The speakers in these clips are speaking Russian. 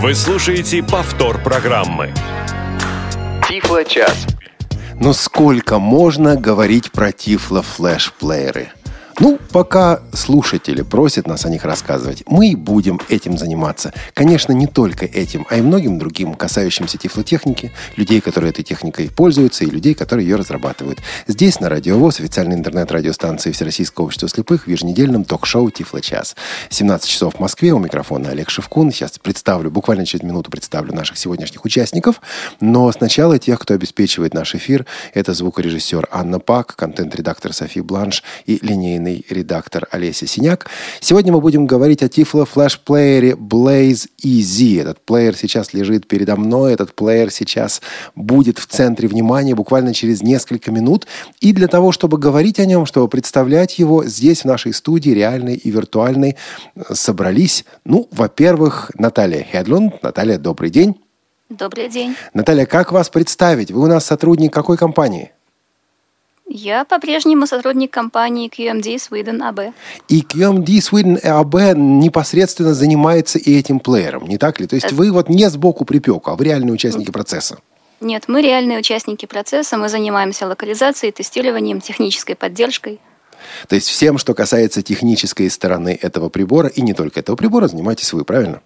Вы слушаете повтор программы. Тифло-час. Но сколько можно говорить про Тифло-флеш-плееры? Пока слушатели просят нас о них рассказывать, мы и будем этим заниматься. Конечно, не только этим, а и многим другим, касающимся тифлотехники, людей, которые этой техникой пользуются, и людей, которые ее разрабатывают. Здесь, на Радио ВОС, официальной интернет-радиостанции Всероссийского общества слепых, в еженедельном ток-шоу «Тифло-час». 17 часов в Москве, у микрофона Олег Шевкун. Сейчас буквально через минуту представлю наших сегодняшних участников. Но сначала тех, кто обеспечивает наш эфир, это звукорежиссер Анна Пак, контент-редактор Софи Бланш и линейный редактор Олеся Синяк. Сегодня мы будем говорить о Тифло-флеш-плеере Blaze EZ. Этот плеер сейчас лежит передо мной. Этот плеер сейчас будет в центре внимания буквально через несколько минут. И для того, чтобы говорить о нем, чтобы представлять его, здесь, в нашей студии, реальной и виртуальной, собрались, во-первых, Наталья Хедлунд. Наталья, добрый день. Добрый день. Наталья, как вас представить? Вы у нас сотрудник какой компании? Я по-прежнему сотрудник компании QMD Sweden AB. И QMD Sweden AB непосредственно занимается и этим плеером, не так ли? То есть вы не сбоку припеку, а вы реальные участники процесса. Нет, мы реальные участники процесса. Мы занимаемся локализацией, тестированием, технической поддержкой. То есть всем, что касается технической стороны этого прибора, и не только этого прибора, занимаетесь вы, правильно?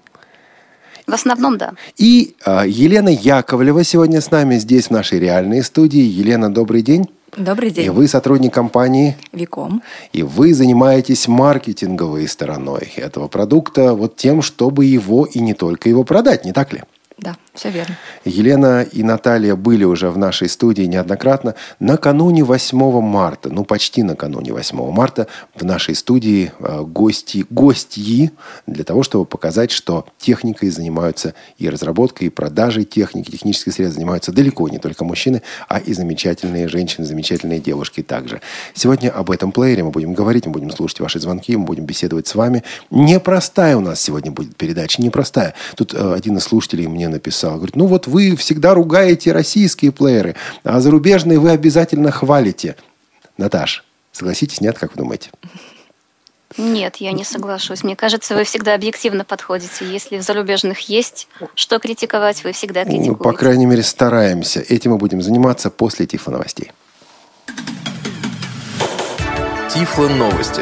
В основном, да. И Елена Яковлева сегодня с нами здесь, в нашей реальной студии. Елена, добрый день. Добрый день. И вы сотрудник компании Виком. И вы занимаетесь маркетинговой стороной этого продукта, тем, чтобы его и не только его продать, не так ли? Да, все верно. Елена и Наталья были уже в нашей студии неоднократно. Накануне 8 марта, почти накануне 8 марта, в нашей студии гостьи для того, чтобы показать, что техникой занимаются и разработкой, и продажей техники, технических средств занимаются далеко не только мужчины, а и замечательные женщины, замечательные девушки также. Сегодня об этом плеере мы будем говорить, мы будем слушать ваши звонки, мы будем беседовать с вами. Непростая у нас сегодня будет передача, непростая. Тут один из слушателей мне написал, говорит, вы всегда ругаете российские плееры, а зарубежные вы обязательно хвалите. Наташ, согласитесь, нет, как вы думаете? Нет, я не соглашусь. Мне кажется, вы всегда объективно подходите. Если в зарубежных есть что критиковать, вы всегда критикуете. По крайней мере, стараемся. Этим мы будем заниматься после Тифло-новостей. Тифло-новости.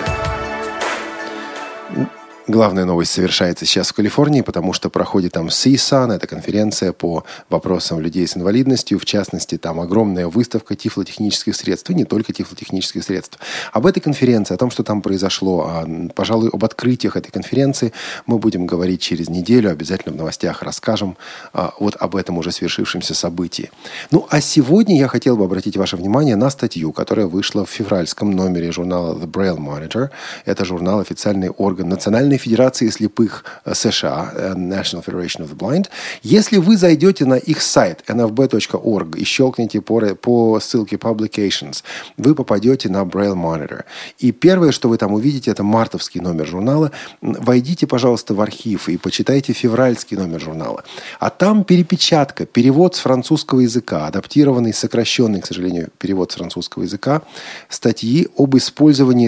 Главная новость совершается сейчас в Калифорнии, потому что проходит там CSUN, это конференция по вопросам людей с инвалидностью. В частности, там огромная выставка тифлотехнических средств, и не только тифлотехнических средств. Об этой конференции, о том, что там произошло, пожалуй, об открытиях этой конференции мы будем говорить через неделю. Обязательно в новостях расскажем об этом уже свершившемся событии. А сегодня я хотел бы обратить ваше внимание на статью, которая вышла в февральском номере журнала The Braille Monitor. Это журнал, официальный орган Национальной Федерации слепых США, National Federation of the Blind. Если вы зайдете на их сайт nfb.org и щелкнете по ссылке Publications, вы попадете на Braille Monitor. И первое, что вы там увидите, это мартовский номер журнала. Войдите, пожалуйста, в архив и почитайте февральский номер журнала. А там перепечатка, перевод с французского языка, адаптированный, сокращенный, к сожалению, перевод с французского языка, статьи об исследовании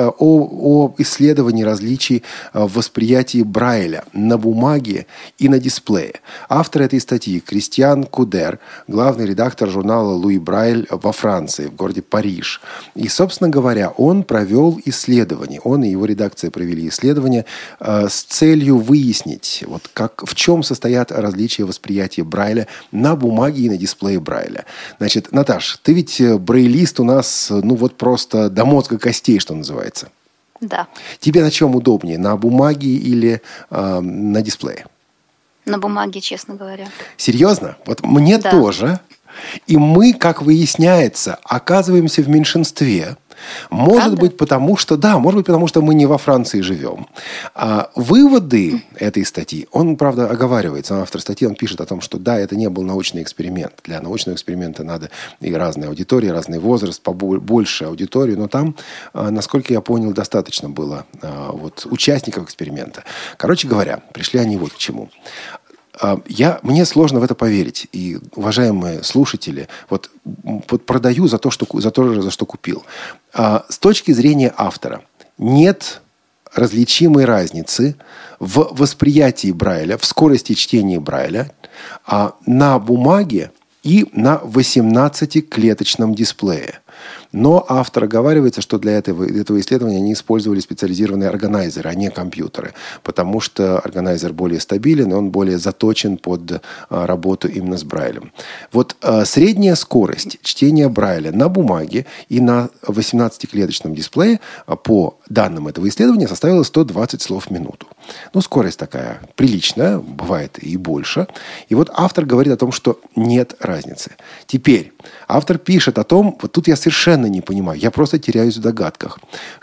различий в восприятии Брайля на бумаге и на дисплее. Автор этой статьи Кристиан Кудер, главный редактор журнала «Луи Брайль» во Франции, в городе Париж. И, собственно говоря, он провел исследование. Он и его редакция провели исследование с целью выяснить, в чем состоят различия восприятия Брайля на бумаге и на дисплее Брайля. Значит, Наташ, ты ведь брайлист у нас, просто до мозга костей, что называется. Да. Тебе на чем удобнее? На бумаге или на дисплее? На бумаге, честно говоря. Серьезно? Мне да. тоже. И мы, как выясняется, оказываемся в меньшинстве. Может быть, потому что мы не во Франции живем. Выводы этой статьи, он, правда, оговаривается, автор статьи, он пишет о том, что да, это не был научный эксперимент. Для научного эксперимента надо и разные аудитории, разный возраст, побольше аудитории, но там, насколько я понял, достаточно было участников эксперимента. Короче говоря, пришли они к чему. Мне сложно в это поверить. И, уважаемые слушатели, продаю за то, за что купил. С точки зрения автора, нет различимой разницы в восприятии Брайля, в скорости чтения Брайля на бумаге и на 18-клеточном дисплее. Но автор оговаривается, что для этого исследования они использовали специализированные органайзеры, а не компьютеры, потому что органайзер более стабилен, и он более заточен под работу именно с Брайлем. Вот средняя скорость чтения Брайля на бумаге и на 18-клеточном дисплее по данным этого исследования составила 120 слов в минуту. Ну, скорость такая приличная, бывает и больше. И вот автор говорит о том, что нет разницы. Теперь автор пишет о том, вот тут я совершенно не понимаю, я просто теряюсь в догадках,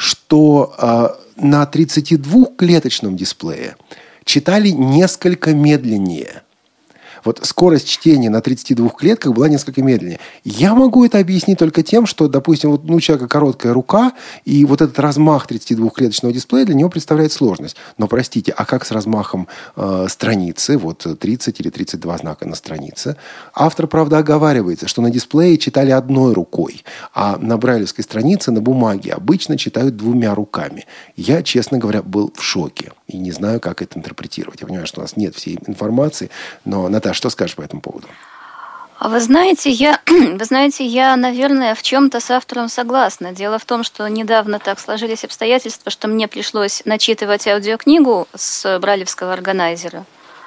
что на 32-клеточном дисплее читали несколько медленнее. Вот скорость чтения на 32 клетках была несколько медленнее. Я могу это объяснить только тем, что, допустим, у человека короткая рука, и вот этот размах 32-клеточного дисплея для него представляет сложность. Но, простите, а как с размахом страницы, вот 30 или 32 знака на странице? Автор, правда, оговаривается, что на дисплее читали одной рукой, а на брайлевской странице, на бумаге обычно читают двумя руками. Я, честно говоря, был в шоке и не знаю, как это интерпретировать. Я понимаю, что у нас нет всей информации, но, Наташа, что скажешь по этому поводу? Вы знаете, я, наверное, в чем-то с автором согласна. Дело в том, что недавно так сложились обстоятельства, что мне пришлось начитывать аудиокнигу с брайлевского органайзера.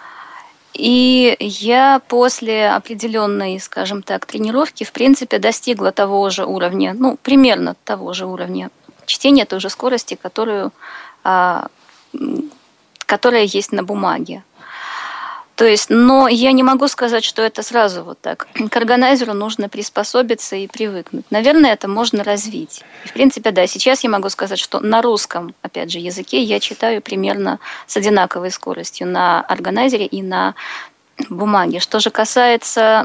И я после определенной, скажем так, тренировки, в принципе, достигла того же уровня, примерно того же уровня чтения, той же скорости, которая есть на бумаге. То есть, но я не могу сказать, что это сразу вот так. К органайзеру нужно приспособиться и привыкнуть. Наверное, это можно развить. И, в принципе, да, сейчас я могу сказать, что на русском, опять же, языке я читаю примерно с одинаковой скоростью на органайзере и на бумаге. Что же касается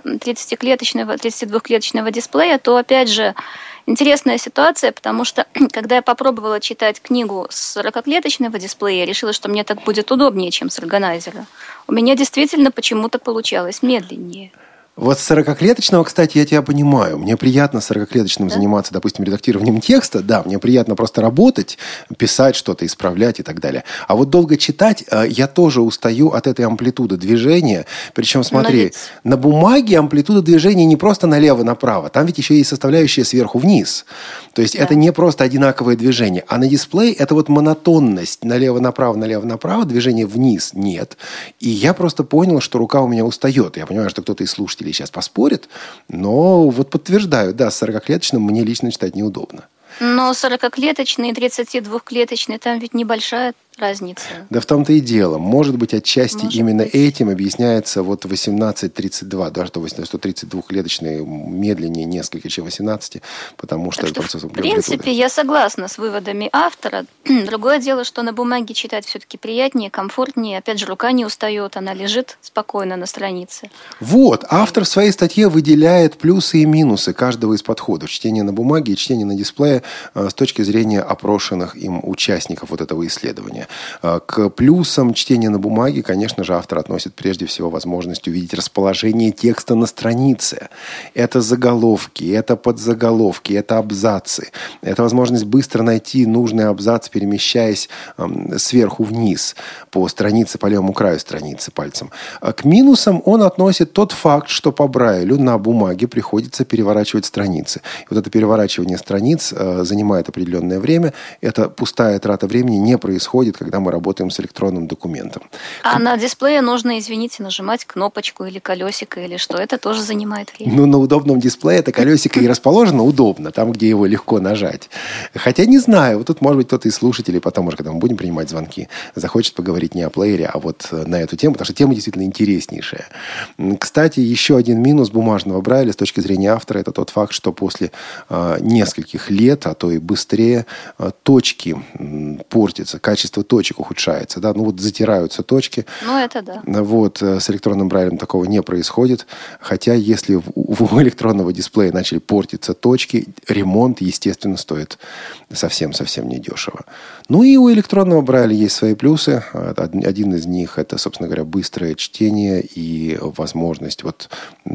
32-клеточного дисплея, то, опять же, интересная ситуация, потому что, когда я попробовала читать книгу с 40-клеточного дисплея, я решила, что мне так будет удобнее, чем с органайзера. У меня действительно почему-то получалось медленнее. Вот с 40-клеточного, кстати, я тебя понимаю. Мне приятно с 40-клеточным заниматься, допустим, редактированием текста. Да, мне приятно просто работать, писать что-то, исправлять и так далее. А вот долго читать я тоже устаю от этой амплитуды движения. Причем, смотри, на бумаге амплитуда движения не просто налево-направо. Там ведь еще есть составляющая сверху вниз. То есть это не просто одинаковое движение. А на дисплее это вот монотонность. Налево-направо, движение вниз нет. И я просто понял, что рука у меня устает. Я понимаю, что кто-то из слушателей сейчас поспорит, но вот подтверждаю, да, с 40-клеточным мне лично читать неудобно. Но 40-клеточный и 32-клеточный, там ведь небольшая разница. Да в том-то и дело. Может быть, отчасти именно этим объясняется вот 18-32, да, что 32-клеточный медленнее несколько, чем 18, потому что... В принципе, я согласна с выводами автора. Другое дело, что на бумаге читать все-таки приятнее, комфортнее. Опять же, рука не устает, она лежит спокойно на странице. Вот, автор в своей статье выделяет плюсы и минусы каждого из подходов. Чтение на бумаге и чтение на дисплее с точки зрения опрошенных им участников вот этого исследования. К плюсам чтения на бумаге, конечно же, автор относит прежде всего возможность увидеть расположение текста на странице. Это заголовки, это подзаголовки, это абзацы. Это возможность быстро найти нужный абзац, перемещаясь сверху вниз по странице, по левому краю страницы пальцем. К минусам он относит тот факт, что по Брайлю на бумаге приходится переворачивать страницы. И вот это переворачивание страниц занимает определенное время. Это пустая трата времени не происходит, когда мы работаем с электронным документом. А на дисплее нужно, извините, нажимать кнопочку или колесико, или что? Это тоже занимает время. Ну, на удобном дисплее это колесико и расположено удобно, там, где его легко нажать. Хотя не знаю, вот тут, может быть, кто-то из слушателей потом, уже когда мы будем принимать звонки, захочет поговорить не о плеере, а вот на эту тему, потому что тема действительно интереснейшая. Кстати, еще один минус бумажного Брайля с точки зрения автора, это тот факт, что после нескольких лет, а то и быстрее, точки портятся, качество точек ухудшается, да, ну вот затираются точки. Ну, это да. Вот, с электронным Брайлем такого не происходит, хотя если у электронного дисплея начали портиться точки, ремонт, естественно, стоит совсем-совсем недешево. Ну и у электронного Брайля есть свои плюсы. Один из них – это, собственно говоря, быстрое чтение и возможность вот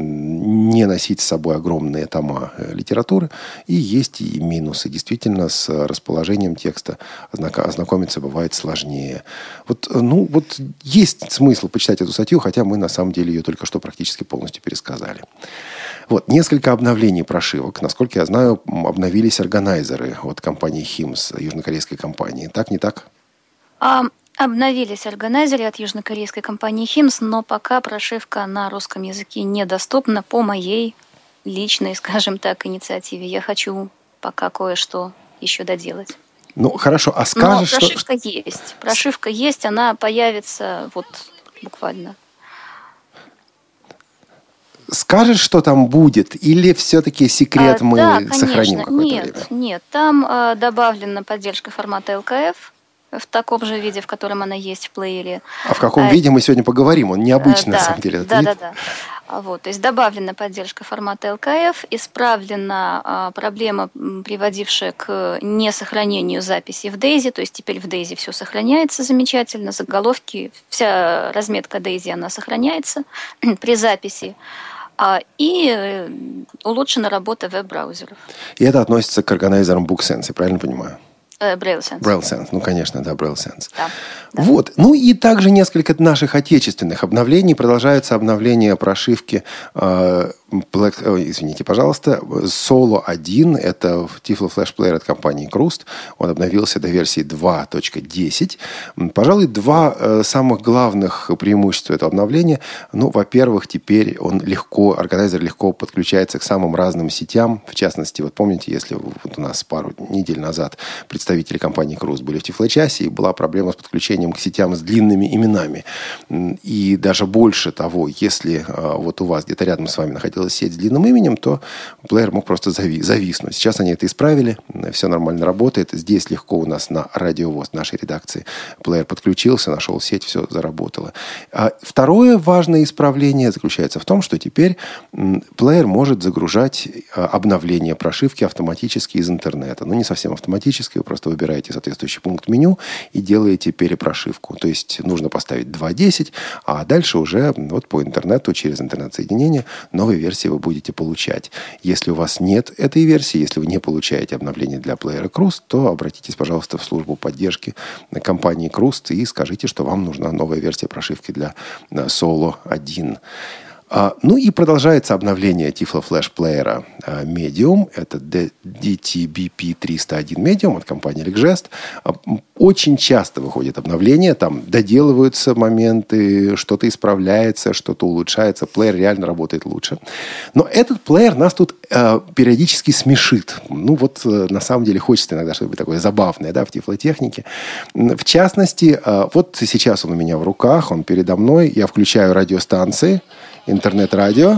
не носить с собой огромные тома литературы. И есть и минусы. Действительно, с расположением текста ознакомиться бывает сложнее. Вот есть смысл почитать эту статью, хотя мы на самом деле ее только что практически полностью пересказали. Вот, несколько обновлений прошивок. Насколько я знаю, обновились органайзеры от компании HIMS, южнокорейской компании. Так, не так? Обновились органайзеры от южнокорейской компании HIMS, но пока прошивка на русском языке недоступна по моей личной, скажем так, инициативе. Я хочу пока кое-что еще доделать. Ну, хорошо, а скажешь, но прошивка есть. Прошивка есть, она появится вот буквально. Скажешь, что там будет, или все-таки секрет мы сохраним какое-то время? Нет, там добавлена поддержка формата LKF в таком же виде, в котором она есть в плеере. А в каком виде мы сегодня поговорим? Он необычный, на самом деле. Да. Вот, то есть добавлена поддержка формата LKF, исправлена проблема, приводившая к несохранению записи в DAISY, то есть теперь в DAISY все сохраняется замечательно, заголовки, вся разметка DAISY, она сохраняется при записи. И улучшена работа веб-браузеров. И это относится к органайзерам BookSense, я правильно понимаю? BrailleSense. BrailleSense, ну, конечно, да, BrailleSense. Да. Вот. Ну, и также несколько наших отечественных обновлений. Продолжается обновление прошивки извините, пожалуйста, Solo 1. Это Tiflo Flash Player от компании Krust. Он обновился до версии 2.10. Пожалуй, два самых главных преимущества этого обновления. Ну, во-первых, теперь органайзер легко подключается к самым разным сетям. В частности, вот помните, если вот у нас пару недель назад представители компании Krust были в Тифлочасе, и была проблема с подключением к сетям с длинными именами. И даже больше того, если вот у вас где-то рядом с вами находилась сеть с длинным именем, то плеер мог просто зависнуть. Сейчас они это исправили, все нормально работает. Здесь легко у нас на Радио ВОС, нашей редакции, плеер подключился, нашел сеть, все заработало. Второе важное исправление заключается в том, что теперь плеер может загружать обновления прошивки автоматически из интернета. Ну, не совсем автоматически, вы просто выбираете соответствующий пункт меню и делаете перепрошивку. То есть нужно поставить 2.10, а дальше уже вот по интернету, через интернет-соединение, новые версии вы будете получать. Если у вас нет этой версии, если вы не получаете обновление для плеера Krust, то обратитесь, пожалуйста, в службу поддержки компании Krust и скажите, что вам нужна новая версия прошивки для Solo 1. Ну и продолжается обновление Tiflo Flash Player Medium. Это DTBP 301 Medium от компании Ligest. Очень часто выходит обновление, там доделываются моменты, что-то исправляется, что-то улучшается. Плеер реально работает лучше. Но этот плеер нас тут периодически смешит. Ну вот на самом деле хочется иногда что-то такое забавное, да, в тифлотехнике. В частности, вот сейчас он у меня в руках, он передо мной. Я включаю радиостанции, интернет-радио.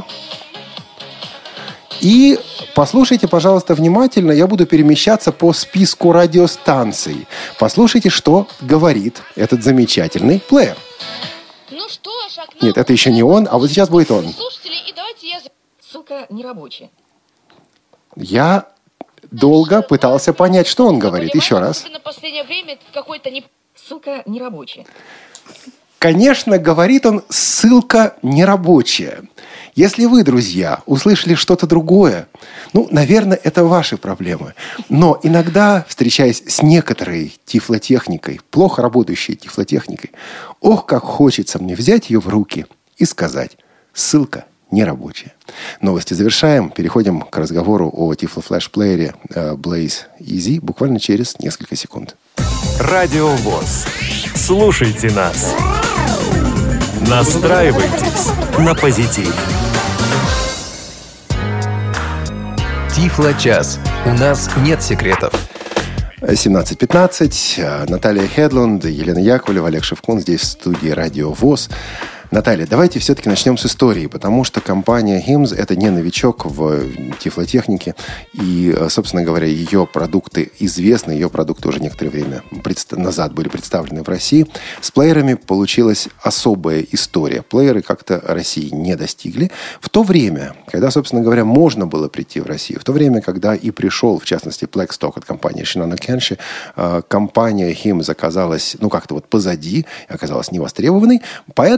И послушайте, пожалуйста, внимательно. Я буду перемещаться по списку радиостанций. Послушайте, что говорит этот замечательный плеер. Ну что, Нет, это еще не он, а вот сейчас будет он. Слушатели, и давайте я... Ссылка нерабочая. Я долго пытался понять, что он говорит. Еще раз. На последнее время какой-то не... Ссылка нерабочая. Конечно, говорит он, ссылка нерабочая. Если вы, друзья, услышали что-то другое, ну, наверное, это ваши проблемы. Но иногда, встречаясь с некоторой тифлотехникой, плохо работающей тифлотехникой, ох, как хочется мне взять ее в руки и сказать, ссылка нерабочая. Новости завершаем. Переходим к разговору о Tiflo Flash Player Blaze EZ буквально через несколько секунд. Радио ВОС. Слушайте нас. Настраивайтесь на позитив. Тифло-час. У нас нет секретов. 17:15. Наталья Хедлунд, Елена Яковлева, Олег Шевкун здесь в студии Радио ВОС. Наталья, давайте все-таки начнем с истории, потому что компания HIMS – это не новичок в тифлотехнике. И, собственно говоря, ее продукты известны, ее продукты уже некоторое время назад были представлены в России. С плеерами получилась особая история. Плееры как-то России не достигли. В то время, когда, собственно говоря, можно было прийти в Россию, в то время, когда и пришел, в частности, Blackstock от компании Shinano Kenshi, компания HIMS оказалась, как-то вот позади, оказалась невостребованной. Поэтому есть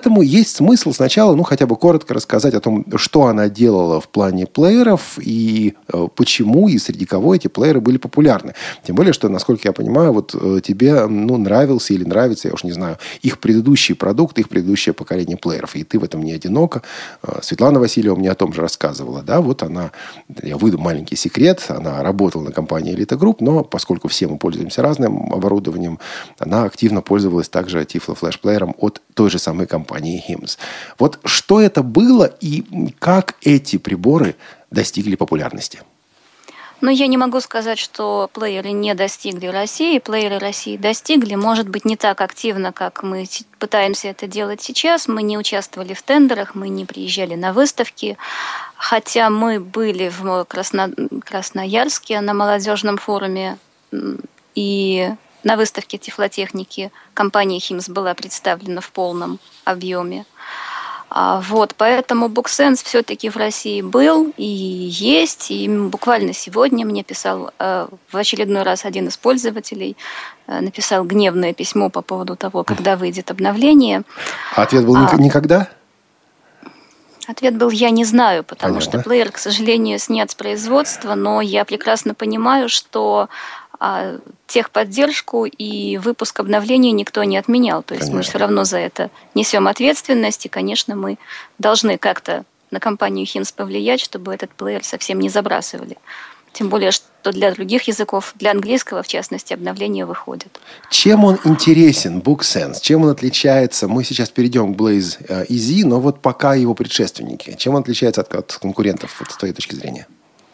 есть смысл сначала, хотя бы коротко рассказать о том, что она делала в плане плееров и почему и среди кого эти плееры были популярны. Тем более, что, насколько я понимаю, вот тебе нравился или нравится, я уж не знаю, их предыдущий продукт, их предыдущее поколение плееров. И ты в этом не одинока. Светлана Васильева мне о том же рассказывала. Да, вот она, я выйду маленький секрет, она работала на компании Elite Group, но поскольку все мы пользуемся разным оборудованием, она активно пользовалась также Tiflo Flash плеером от той же самой компании HIMS. Вот что это было и как эти приборы достигли популярности? Но я не могу сказать, что плееры не достигли России. Плееры России достигли, может быть, не так активно, как мы пытаемся это делать сейчас. Мы не участвовали в тендерах, мы не приезжали на выставки. Хотя мы были в Красноярске на молодежном форуме, и на выставке тифлотехники компания HIMS была представлена в полном объеме. Поэтому BookSense все-таки в России был и есть. И буквально сегодня мне писал в очередной раз один из пользователей, написал гневное письмо по поводу того, когда выйдет обновление. А ответ был никогда? Ответ был «я не знаю», потому Понятно. что плеер, к сожалению, снят с производства, но я прекрасно понимаю, что техподдержку и выпуск обновлений никто не отменял. То есть мы все равно за это несем ответственность, и, конечно, мы должны как-то на компанию HIMS повлиять, чтобы этот плеер совсем не забрасывали. Тем более, что для других языков, для английского, в частности, обновления выходят. Чем он интересен, BookSense? Чем он отличается? Мы сейчас перейдем к Blaze EZ, но вот пока его предшественники. Чем он отличается от конкурентов, с твоей точки зрения?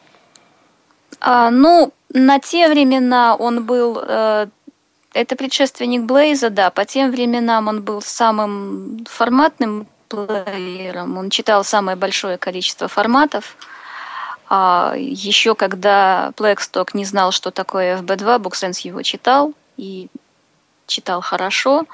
На те времена он был... это предшественник Blaze, да. По тем временам он был самым форматным плеером. Он читал самое большое количество форматов. Еще когда Blackstock не знал, что такое FB2, BookSense его читал. И читал хорошо.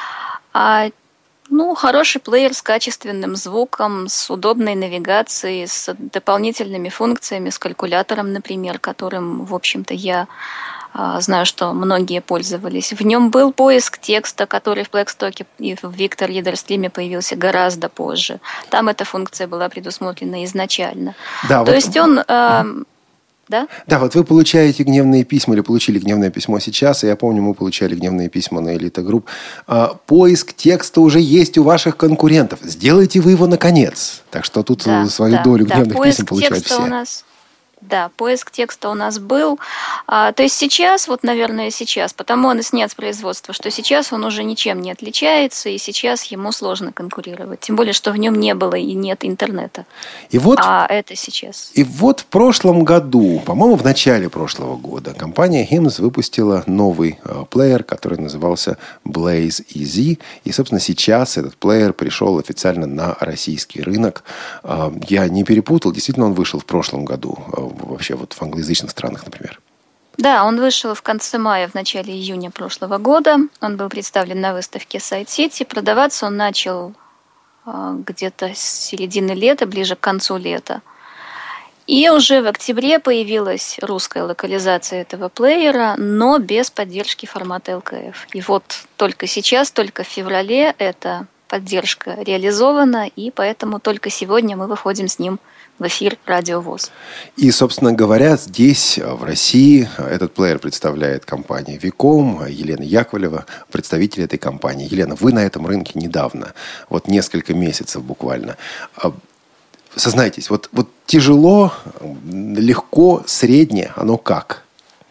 Хороший плеер с качественным звуком, с удобной навигацией, с дополнительными функциями, с калькулятором, например, которым, в общем-то, я знаю, что многие пользовались. В нем был поиск текста, который в Blackstock и в Victor Reader Stream появился гораздо позже. Там эта функция была предусмотрена изначально. Да, То есть он... Да? Да, вот вы получаете гневные письма или получили гневное письмо сейчас, и я помню, мы получали гневные письма на Elite Group. Поиск текста уже есть у ваших конкурентов. Сделайте вы его наконец. Так что тут свою долю гневных писем получают все. Поиск текста у нас был. То есть сейчас, наверное, сейчас, потому он и снят с производства, что сейчас он уже ничем не отличается, и сейчас ему сложно конкурировать. Тем более, что в нем не было и нет интернета. Это сейчас. И вот в прошлом году, по-моему, в начале прошлого года, компания HIMS выпустила новый плеер, который назывался Blaze EZ. И, собственно, сейчас этот плеер пришел официально на российский рынок. Я не перепутал, действительно, он вышел в прошлом году. Вообще в англоязычных странах, например. Да, он вышел в конце мая, в начале июня прошлого года. Он был представлен на выставке Side City. Продаваться он начал где-то с середины лета, ближе к концу лета. И уже в октябре появилась русская локализация этого плеера, но без поддержки формата LKF. И только сейчас, только в феврале эта поддержка реализована, и поэтому только сегодня мы выходим с ним в эфир Радио ВОС. И, собственно говоря, здесь, в России, этот плеер представляет компания Виком, Елена Яковлева, представитель этой компании. Елена, вы на этом рынке недавно, несколько месяцев буквально. Сознайтесь, тяжело, легко, среднее, оно как?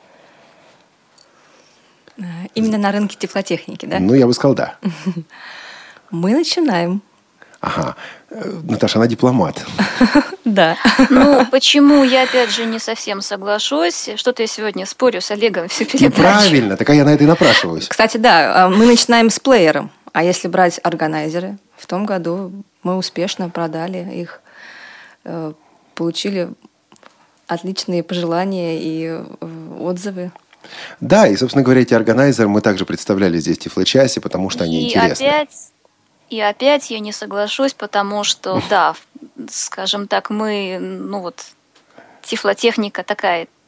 Именно на рынке тифлотехники, да? Я бы сказал, да. Мы начинаем. Ага. Наташа, она дипломат. Да. Почему я, опять же, не совсем соглашусь? Что-то я сегодня спорю с Олегом всю передачу. Правильно, так я на это и напрашиваюсь. Кстати, да, мы начинаем с плеером. А если брать органайзеры, в том году мы успешно продали их, получили отличные пожелания и отзывы. Да, и, собственно говоря, эти органайзеры мы также представляли здесь в Тифлочасе, потому что они интересны. И опять я не соглашусь, потому что, скажем так, мы, тифлотехника такая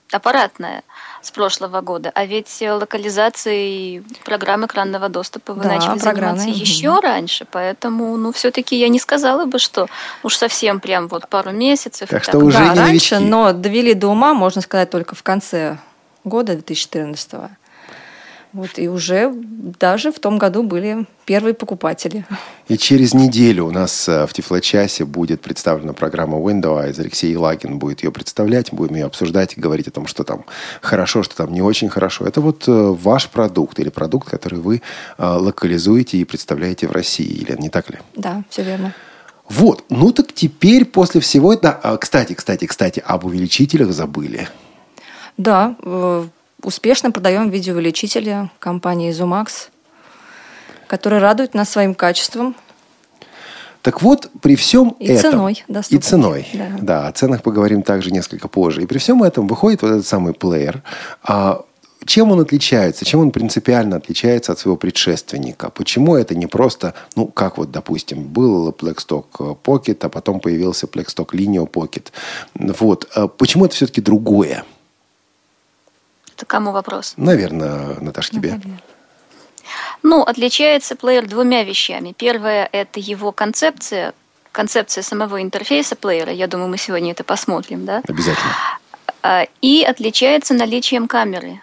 аппаратная с прошлого года, а ведь локализацией программ экранного доступа вы начали заниматься еще раньше, поэтому, все-таки я не сказала бы, что уж совсем прям вот пару месяцев. Так что уже не раньше, новички. но довели до ума, можно сказать, только в конце года 2014-го. Вот, и уже даже в том году были первые покупатели. И через неделю у нас в Тифлочасе будет представлена программа Window Eyes. Алексей Елагин будет ее представлять, будем ее обсуждать и говорить о том, что там хорошо, что там не очень хорошо. Это вот ваш продукт или продукт, который вы локализуете и представляете в России, Елена, не так ли? Да, все верно. Вот, так теперь после всего это... Кстати, об увеличителях забыли. Да, успешно продаем видеоувеличители компании Zoomax, которые радуют нас своим качеством. Так вот, при всем и этом... Ценой доступной. И ценой. Да, о ценах поговорим также несколько позже. И при всем этом выходит вот этот самый плеер. Чем он отличается? Чем он принципиально отличается от своего предшественника? Почему это не просто, как вот, допустим, был Blackstock Pocket, а потом появился Blackstock Lineo Pocket. Вот. Почему это все-таки другое? Это кому вопрос? Наверное, Наташа, тебе. Отличается плеер двумя вещами. Первое – это его концепция самого интерфейса плеера. Я думаю, мы сегодня это посмотрим, да? Обязательно. И отличается наличием камеры.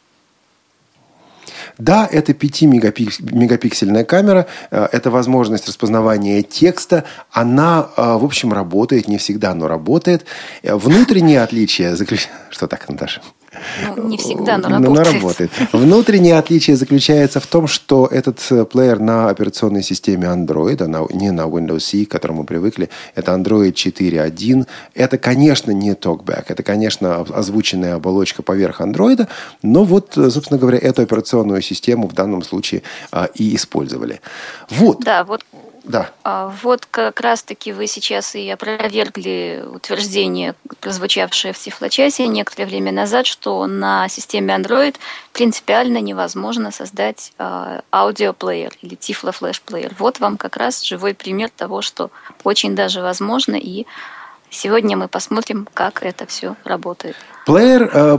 Да, это 5-мегапиксельная камера, это возможность распознавания текста. Она, в общем, работает, не всегда, но работает. Внутреннее отличие заключается... Что так, Наташа? Не всегда, но работает. Внутреннее отличие заключается в том, что этот плеер на операционной системе Android, она не на Windows C, к которому мы привыкли, это Android 4.1. Это, конечно, не TalkBack, это, конечно, озвученная оболочка поверх Android, но вот, собственно говоря, эту операционную систему в данном случае и использовали. Вот. Да, вот. Да. Вот как раз-таки вы сейчас и опровергли утверждение, прозвучавшее в Тифлочасе некоторое время назад, что на системе Android принципиально невозможно создать аудиоплеер или тифлофлеш-плеер. Вот вам как раз живой пример того, что очень даже возможно, и сегодня мы посмотрим, как это все работает. Плеер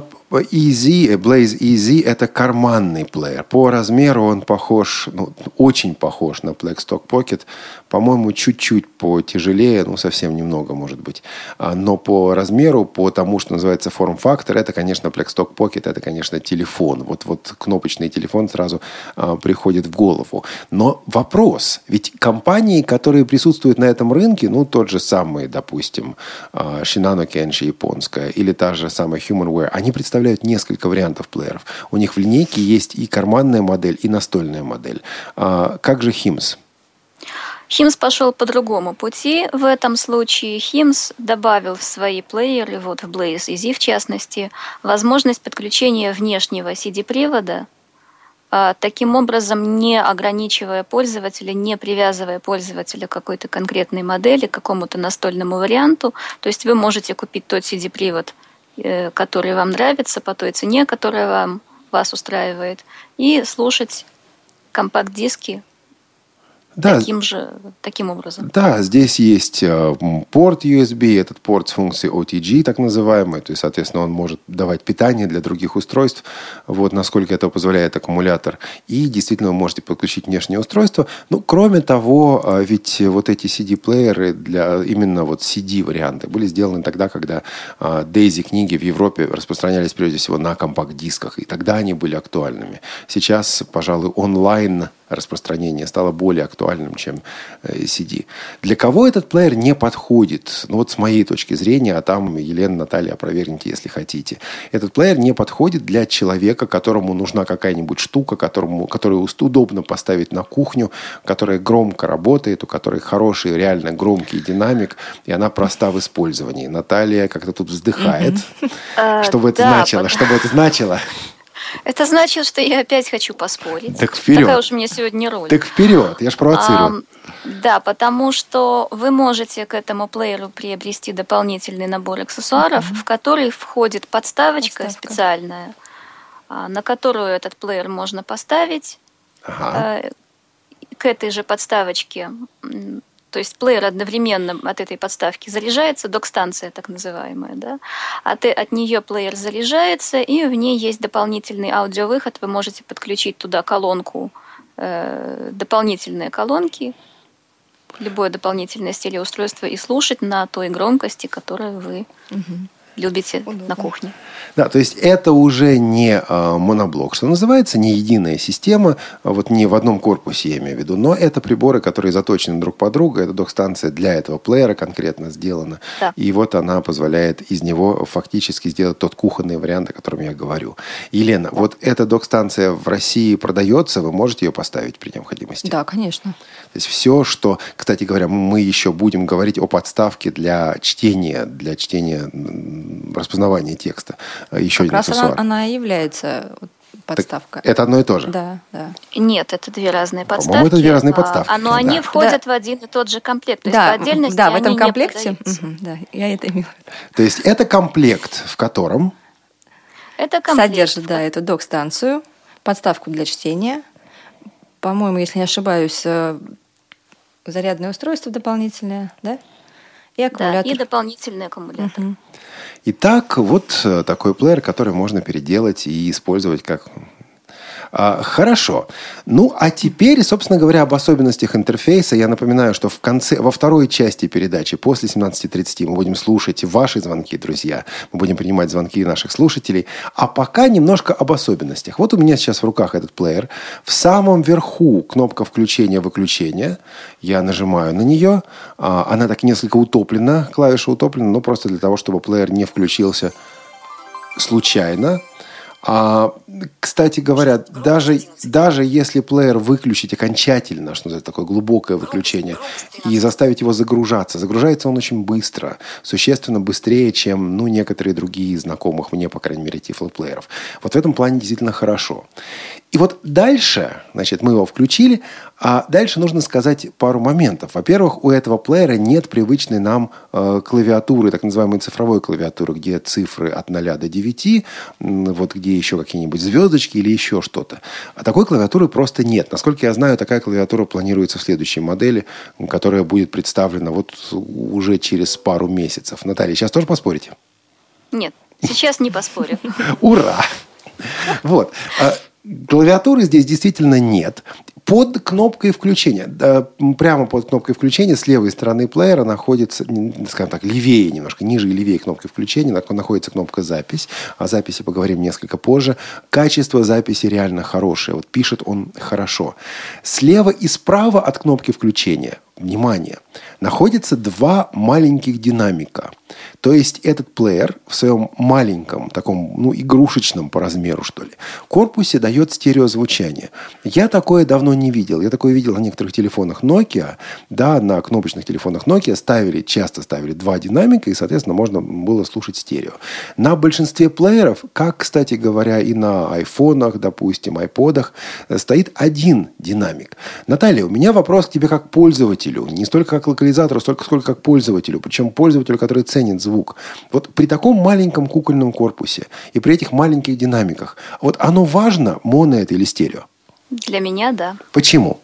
Blaze EZ – это карманный плеер. По размеру он похож, очень похож на Blackstock Pocket. По-моему, чуть-чуть потяжелее, совсем немного, может быть. Но по размеру, по тому, что называется форм-фактор, это, конечно, Blackstock Pocket, это, конечно, телефон. Вот кнопочный телефон сразу приходит в голову. Но вопрос, ведь компании, которые присутствуют на этом рынке, тот же самый, допустим, Shinano Kenshi японская, или та же самая HumanWare, они представляют несколько вариантов плееров. У них в линейке есть и карманная модель, и настольная модель. Как же HIMS? HIMS пошел по другому пути. В этом случае HIMS добавил в свои плееры, в Blaze EZ в частности, возможность подключения внешнего CD-привода, таким образом не ограничивая пользователя, не привязывая пользователя к какой-то конкретной модели, к какому-то настольному варианту. То есть вы можете купить тот CD-привод, который вам нравится, по той цене, которая вас устраивает, и слушать компакт-диски таким образом. Да, здесь есть порт USB, этот порт с функцией OTG, так называемый, то есть, соответственно, он может давать питание для других устройств, насколько это позволяет аккумулятор, и действительно вы можете подключить внешнее устройство. Кроме того, ведь вот эти CD-плееры для именно CD-варианты были сделаны тогда, когда DAISY-книги в Европе распространялись прежде всего на компакт-дисках, и тогда они были актуальными. Сейчас, пожалуй, онлайн распространение стало более актуальным, чем CD. Для кого этот плеер не подходит? С моей точки зрения, а там Елена, Наталья, опровергните, если хотите. Этот плеер не подходит для человека, которому нужна какая-нибудь штука, которую удобно поставить на кухню, которая громко работает, у которой хороший, реально громкий динамик, и она проста в использовании. Наталья как-то тут вздыхает. Что бы это значило? Это значит, что я опять хочу поспорить. Так вперед. Такая уж у меня сегодня роль. Так вперед, я ж провоцирую. Да, потому что вы можете к этому плееру приобрести дополнительный набор аксессуаров, в который входит подставочка специальная, на которую этот плеер можно поставить. К этой же подставочке То есть плеер одновременно от этой подставки заряжается, док-станция так называемая, да, от нее плеер заряжается, и в ней есть дополнительный аудиовыход. Вы можете подключить туда колонку, дополнительные колонки, любое дополнительное стереоустройство и слушать на той громкости, которую вы любите на кухне. Да, то есть это уже не моноблок, что называется, не единая система, вот не в одном корпусе, я имею в виду, но это приборы, которые заточены друг под друга, это док-станция для этого плеера конкретно сделана, да. И вот она позволяет из него фактически сделать тот кухонный вариант, о котором я говорю. Елена, вот эта док-станция в России продается, вы можете ее поставить при необходимости? Да, конечно. То есть все, что, кстати говоря, мы еще будем говорить о подставке для чтения распознавания текста. Еще как один раз она и является подставка. Так это одно и то же? Да, да. Нет, это две разные подставки. По-моему, это две разные подставки. Но они входят в один и тот же комплект. То есть по отдельности в этом комплекте. Да, я это имела в виду. То есть это комплект, в котором содержит, эту док-станцию, подставку для чтения. По-моему, если не ошибаюсь, зарядное устройство дополнительное, да? И аккумулятор. Да, и дополнительный аккумулятор. Итак, вот такой плеер, который можно переделать и использовать как... Хорошо. Ну, а теперь, собственно говоря, об особенностях интерфейса. Я напоминаю, что во второй части передачи, после 17:30, мы будем слушать ваши звонки, друзья. Мы будем принимать звонки наших слушателей. А пока немножко об особенностях. Вот у меня сейчас в руках этот плеер. В самом верху кнопка включения-выключения. Я нажимаю на нее. Она так несколько утоплена, клавиша утоплена, но просто для того, чтобы плеер не включился случайно. Кстати говоря, даже если плеер выключить окончательно, что называется, такое глубокое выключение, и заставить его загружается он очень быстро, существенно быстрее, чем некоторые другие знакомых мне, по крайней мере, тифлоплееров. Вот в этом плане действительно хорошо. И вот дальше, мы его включили, а дальше нужно сказать пару моментов. Во-первых, у этого плеера нет привычной нам клавиатуры, так называемой цифровой клавиатуры, где цифры от 0 до 9, вот где еще какие-нибудь звездочки или еще что-то. А такой клавиатуры просто нет. Насколько я знаю, такая клавиатура планируется в следующей модели, которая будет представлена вот уже через пару месяцев. Наталья, сейчас тоже поспорите? Нет, сейчас не поспорю. Ура! Вот. Клавиатуры здесь действительно нет. Под кнопкой включения, прямо под кнопкой включения с левой стороны плеера находится, скажем так, левее немножко, ниже и левее кнопки включения находится кнопка «Запись». О записи поговорим несколько позже. Качество записи реально хорошее. Вот пишет он хорошо. Слева и справа от кнопки включения, внимание, находятся два маленьких динамика. То есть этот плеер в своем маленьком, таком, игрушечном по размеру, что ли, корпусе дает стереозвучание. Я такое давно не видел. Я такое видел на некоторых телефонах Nokia. Да, на кнопочных телефонах Nokia часто ставили два динамика, и, соответственно, можно было слушать стерео. На большинстве плееров, как, кстати говоря, и на айфонах, допустим, айподах, стоит один динамик. Наталья, у меня вопрос к тебе как пользователю. Не столько как локализатору, сколько как пользователю. Причем пользователю, который ценит звук. Вот при таком маленьком кукольном корпусе и при этих маленьких динамиках, вот оно важно, моно это или стерео? Для меня, да. Почему?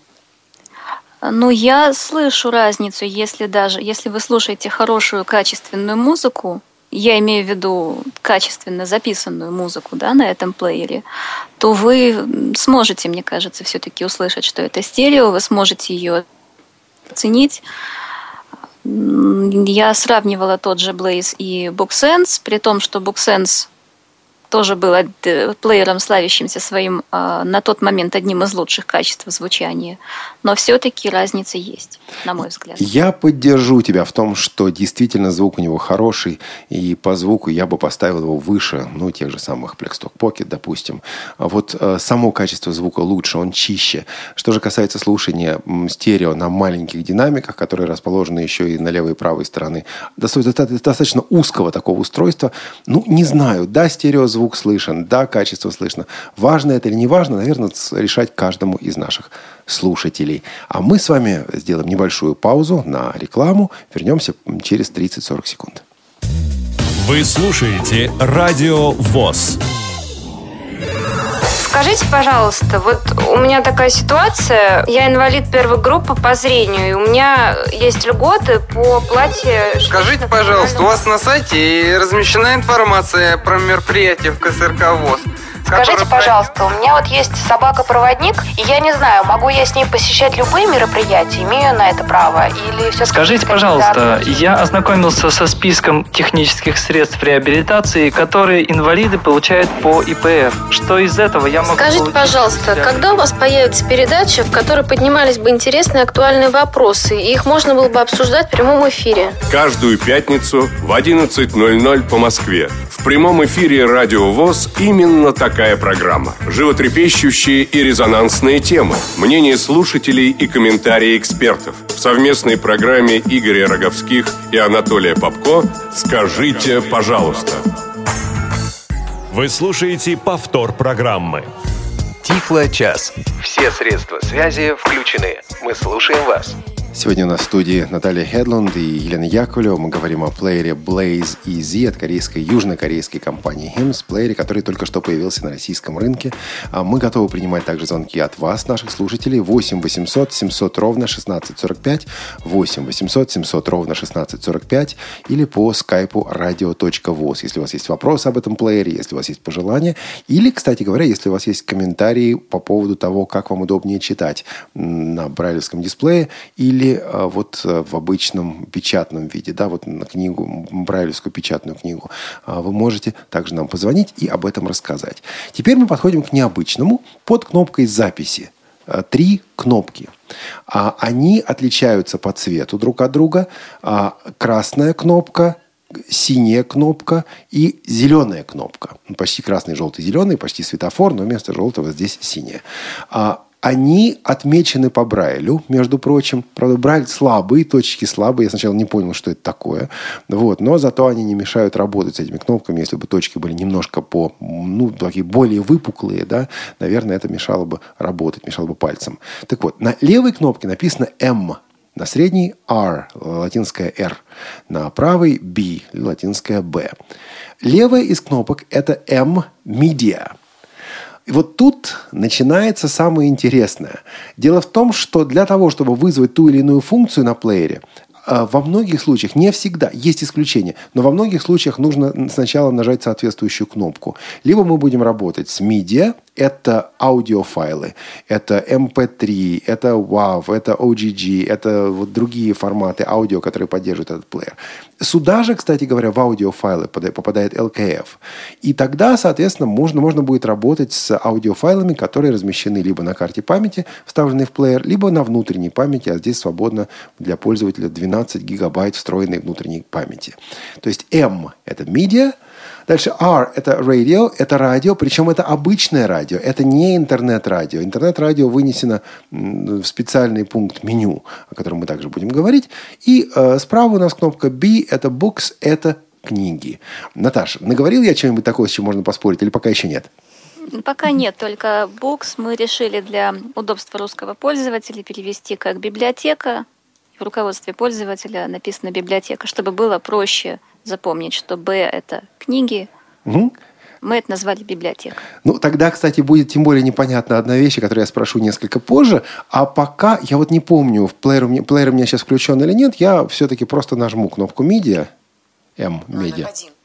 Я слышу разницу, если вы слушаете хорошую, качественную музыку, я имею в виду качественно записанную музыку, да, на этом плеере, то вы сможете, мне кажется, все-таки услышать, что это стерео, вы сможете ее оценить. Я сравнивала тот же Blaze и BookSense, при том, что BookSense тоже был плеером, славящимся своим на тот момент одним из лучших качеств звучания. Но все-таки разница есть, на мой взгляд. Я поддержу тебя в том, что действительно звук у него хороший, и по звуку я бы поставил его выше, тех же самых Blackstock Pocket, допустим. А вот само качество звука лучше, он чище. Что же касается слушания стерео на маленьких динамиках, которые расположены еще и на левой и правой стороны, достаточно узкого такого устройства, не знаю, да, стереозвук слышен, да, качество слышно. Важно это или не важно, наверное, решать каждому из наших слушателей. А мы с вами сделаем небольшую паузу на рекламу. Вернемся через 30-40 секунд. Вы слушаете Радио ВОС. Скажите, пожалуйста, вот у меня такая ситуация, я инвалид первой группы по зрению, и у меня есть льготы по оплате... Скажите, пожалуйста, у вас на сайте размещена информация про мероприятия в КСРК ВОС? Скажите, пожалуйста, у меня вот есть собака-проводник, и я не знаю, могу я с ней посещать любые мероприятия, имею на это право, или все-таки... Скажите, пожалуйста, я ознакомился со списком технических средств реабилитации, которые инвалиды получают по ИПР. Что из этого я могу Скажите, получить? пожалуйста, когда у вас появится передача, в которой поднимались бы интересные актуальные вопросы, и их можно было бы обсуждать в прямом эфире? Каждую пятницу в 11:00 по Москве. В прямом эфире Радио ВОС именно такая программа. Животрепещущие и резонансные темы, мнения слушателей и комментарии экспертов. В совместной программе Игоря Роговских и Анатолия Попко «Скажите, пожалуйста». Вы слушаете повтор программы. Тифло-час. Все средства связи включены. Мы слушаем вас. Сегодня у нас в студии Наталья Хедлунд и Елена Яковлева. Мы говорим о плеере Blaze EZ от южнокорейской компании HIMS, плеере, который только что появился на российском рынке. Мы готовы принимать также звонки от вас, наших слушателей. 8 800 700 ровно 1645, 8 800 700 ровно 1645 или по скайпу radio.voz. Если у вас есть вопросы об этом плеере, если у вас есть пожелания, или, кстати говоря, если у вас есть комментарии по поводу того, как вам удобнее читать на брайлевском дисплее или вот в обычном печатном виде, да, вот на книгу, брайлевскую печатную книгу, вы можете также нам позвонить и об этом рассказать. Теперь мы подходим к необычному под кнопкой записи. 3 кнопки. Они отличаются по цвету друг от друга. Красная кнопка, синяя кнопка и зеленая кнопка. Почти красный, желтый, зеленый, почти светофор, но вместо желтого здесь синяя. Они отмечены по Брайлю, между прочим. Правда, Брайль слабый, точки слабые. Я сначала не понял, что это такое. Вот. Но зато они не мешают работать с этими кнопками. Если бы точки были немножко такие более выпуклые, да, наверное, это мешало бы работать, мешало бы пальцем. Так вот, на левой кнопке написано M. На средней R, латинская R. На правой B, латинская B. Левая из кнопок это M Media. И вот тут начинается самое интересное. Дело в том, что для того, чтобы вызвать ту или иную функцию на плеере, во многих случаях, не всегда, есть исключения, но во многих случаях нужно сначала нажать соответствующую кнопку. Либо мы будем работать с MIDI, это аудиофайлы, это MP3, это WAV, это OGG, это вот другие форматы аудио, которые поддерживают этот плеер. Сюда же, кстати говоря, в аудиофайлы попадает LKF. И тогда, соответственно, можно будет работать с аудиофайлами, которые размещены либо на карте памяти, вставленной в плеер, либо на внутренней памяти, а здесь свободно для пользователя 12 гигабайт встроенной внутренней памяти. То есть M – это media. Дальше R – это radio, это радио, причем это обычное радио, это не интернет-радио. Интернет-радио вынесено в специальный пункт меню, о котором мы также будем говорить. И справа у нас кнопка B – это books, это книги. Наташа, наговорил я чего-нибудь такого, с чем можно поспорить, или пока еще нет? Пока нет, только books мы решили для удобства русского пользователя перевести как библиотека. В руководстве пользователя написано библиотека, чтобы было проще запомнить, что B – это книги, мы это назвали библиотека. Ну, тогда, кстати, будет тем более непонятна одна вещь, о которой я спрошу несколько позже. А пока, я вот не помню, плеер у меня сейчас включен или нет, я все-таки просто нажму кнопку Media, M, Media.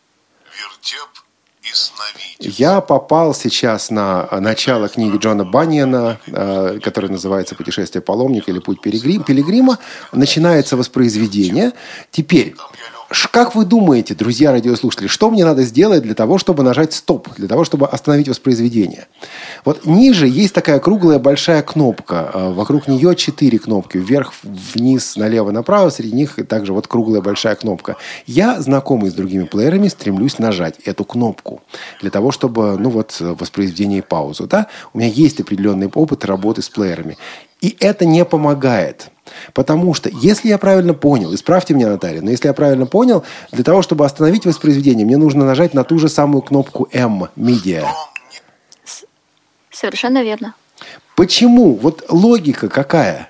Я попал сейчас на начало книги Джона Баньяна, которая называется «Путешествие паломника» или «Путь пилигрима». Начинается воспроизведение. Теперь, как вы думаете, друзья радиослушатели, что мне надо сделать для того, чтобы нажать «Стоп», для того, чтобы остановить воспроизведение? Вот ниже есть такая круглая большая кнопка. Вокруг нее 4 кнопки. Вверх, вниз, налево, направо. Среди них также вот круглая большая кнопка. Я, знакомый с другими плеерами, стремлюсь нажать эту кнопку для того, чтобы, воспроизведение и паузу. Да? У меня есть определенный опыт работы с плеерами. И это не помогает. Потому что, если я правильно понял, исправьте меня, Наталья, но если я правильно понял, для того, чтобы остановить воспроизведение, мне нужно нажать на ту же самую кнопку M, Media. Совершенно верно. Почему? Вот логика какая?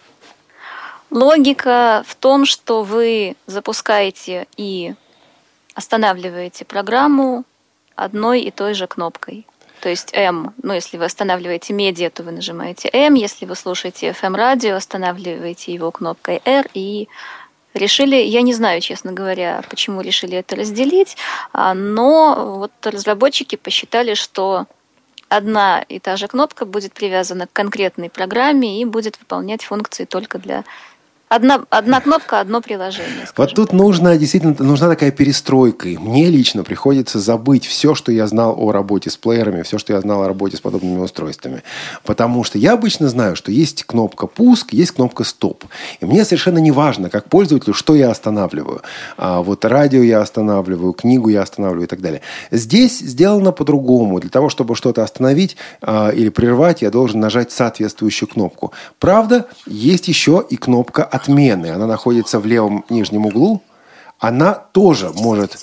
Логика в том, что вы запускаете и останавливаете программу одной и той же кнопкой. То есть М, если вы останавливаете медиа, то вы нажимаете М, если вы слушаете FM-радио, останавливаете его кнопкой R и решили, я не знаю, честно говоря, почему решили это разделить, но вот разработчики посчитали, что одна и та же кнопка будет привязана к конкретной программе и будет выполнять функции только для... Одна кнопка, одно приложение. Вот тут нужна такая перестройка. И мне лично приходится забыть все, что я знал о работе с плеерами, все, что я знал о работе с подобными устройствами. Потому что я обычно знаю, что есть кнопка «пуск», есть кнопка «стоп». И мне совершенно не важно, как пользователю, что я останавливаю. Вот радио я останавливаю, книгу я останавливаю и так далее. Здесь сделано по-другому. Для того, чтобы что-то остановить или прервать, я должен нажать соответствующую кнопку. Правда, есть еще и кнопка «отмены». Она находится в левом нижнем углу. Она тоже может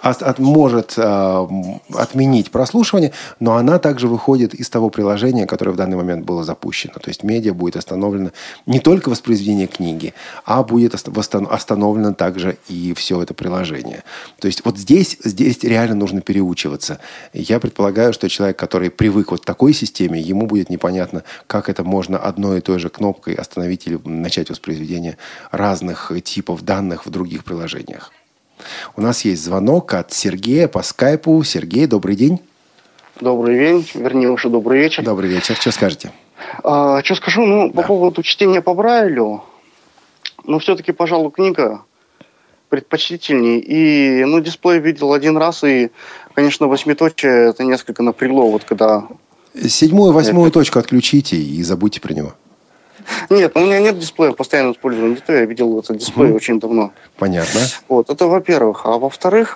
отменить прослушивание, но она также выходит из того приложения, которое в данный момент было запущено. То есть медиа будет остановлено не только воспроизведение книги, а будет остановлено также и все это приложение. То есть вот здесь реально нужно переучиваться. Я предполагаю, что человек, который привык вот к такой системе, ему будет непонятно, как это можно одной и той же кнопкой остановить или начать воспроизведение разных типов данных в других приложениях. У нас есть звонок от Сергея по скайпу. Сергей, добрый день. Добрый день, вернее, уже добрый вечер. Добрый вечер. Что скажете? Что скажу? По поводу чтения по Брайлю. Все-таки, пожалуй, книга предпочтительнее. И, дисплей видел один раз, и, конечно, восьмиточие это несколько напрягло, вот когда... 7-ю, 8-ю точку отключите и забудьте про него. Нет, у меня нет дисплея в постоянном использовании. Я видел этот дисплей очень давно. Понятно. Вот, это во-первых. А во-вторых,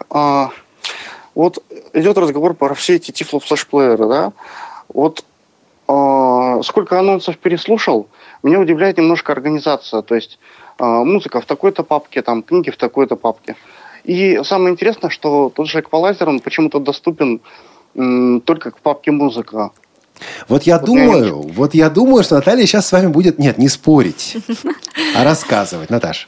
вот идет разговор про все эти тифло-флешплееры, да? Вот сколько анонсов переслушал, меня удивляет немножко организация. То есть музыка в такой-то папке, там книги в такой-то папке. И самое интересное, что тот же эквалайзер, он почему-то доступен только к папке «Музыка». Вот я думаю, что Наталья сейчас с вами будет, не спорить, а рассказывать. Наташа.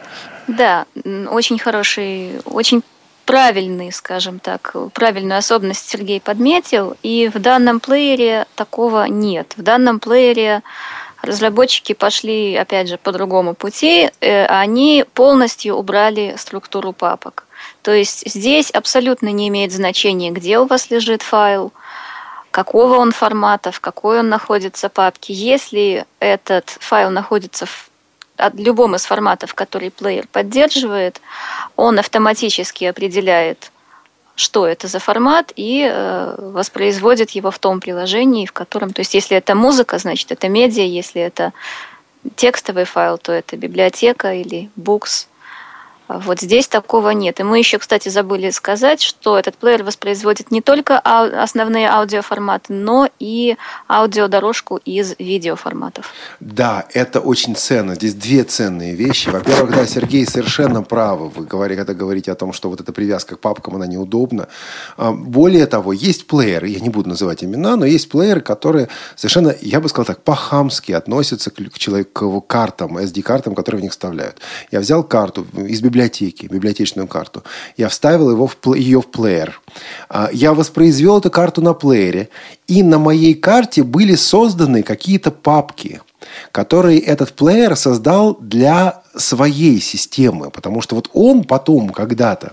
Да, очень хороший, очень правильный, скажем так, правильную особенность Сергей подметил. И в данном плеере такого нет. В данном плеере разработчики пошли, опять же, по другому пути. Они полностью убрали структуру папок. То есть здесь абсолютно не имеет значения, где у вас лежит файл, какого он формата, в какой он находится папке. Если этот файл находится в любом из форматов, который плеер поддерживает, он автоматически определяет, что это за формат, и воспроизводит его в том приложении, в котором... То есть, если это музыка, значит, это медиа, если это текстовый файл, то это библиотека или books. Вот здесь такого нет. И мы еще, кстати, забыли сказать, что этот плеер воспроизводит не только основные аудиоформаты, но и аудиодорожку из видеоформатов. Да, это очень ценно. Здесь две ценные вещи. Во-первых, да, Сергей совершенно правы. Вы когда говорите о том, что вот эта привязка к папкам, она неудобна. Более того, есть плееры, я не буду называть имена, но есть плееры, которые совершенно, я бы сказал так, по-хамски относятся к картам, SD-картам, которые в них вставляют. Я взял карту из библиотечную карту. Я вставил ее в плеер. Я воспроизвел эту карту на плеере. И на моей карте были созданы какие-то папки, которые этот плеер создал для своей системы. Потому что вот он потом когда-то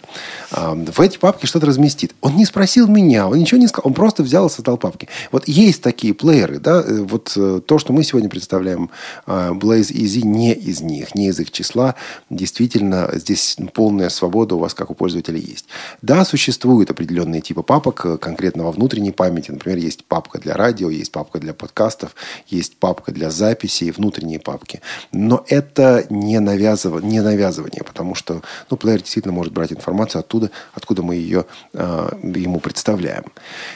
в эти папки что-то разместит. Он не спросил меня, он ничего не сказал. Он просто взял и создал папки. Вот есть такие плееры. Да? Вот то, что мы сегодня представляем, BlazeEZ не из них, не из их числа. Действительно, здесь полная свобода у вас, как у пользователя, есть. Да, существуют определенные типы папок, конкретно во внутренней памяти. Например, есть папка для радио, есть папка для подкастов, есть папка для записей, внутренние папки. Но это не навязывание, потому что плеер действительно может брать информацию оттуда, откуда мы ее ему представляем.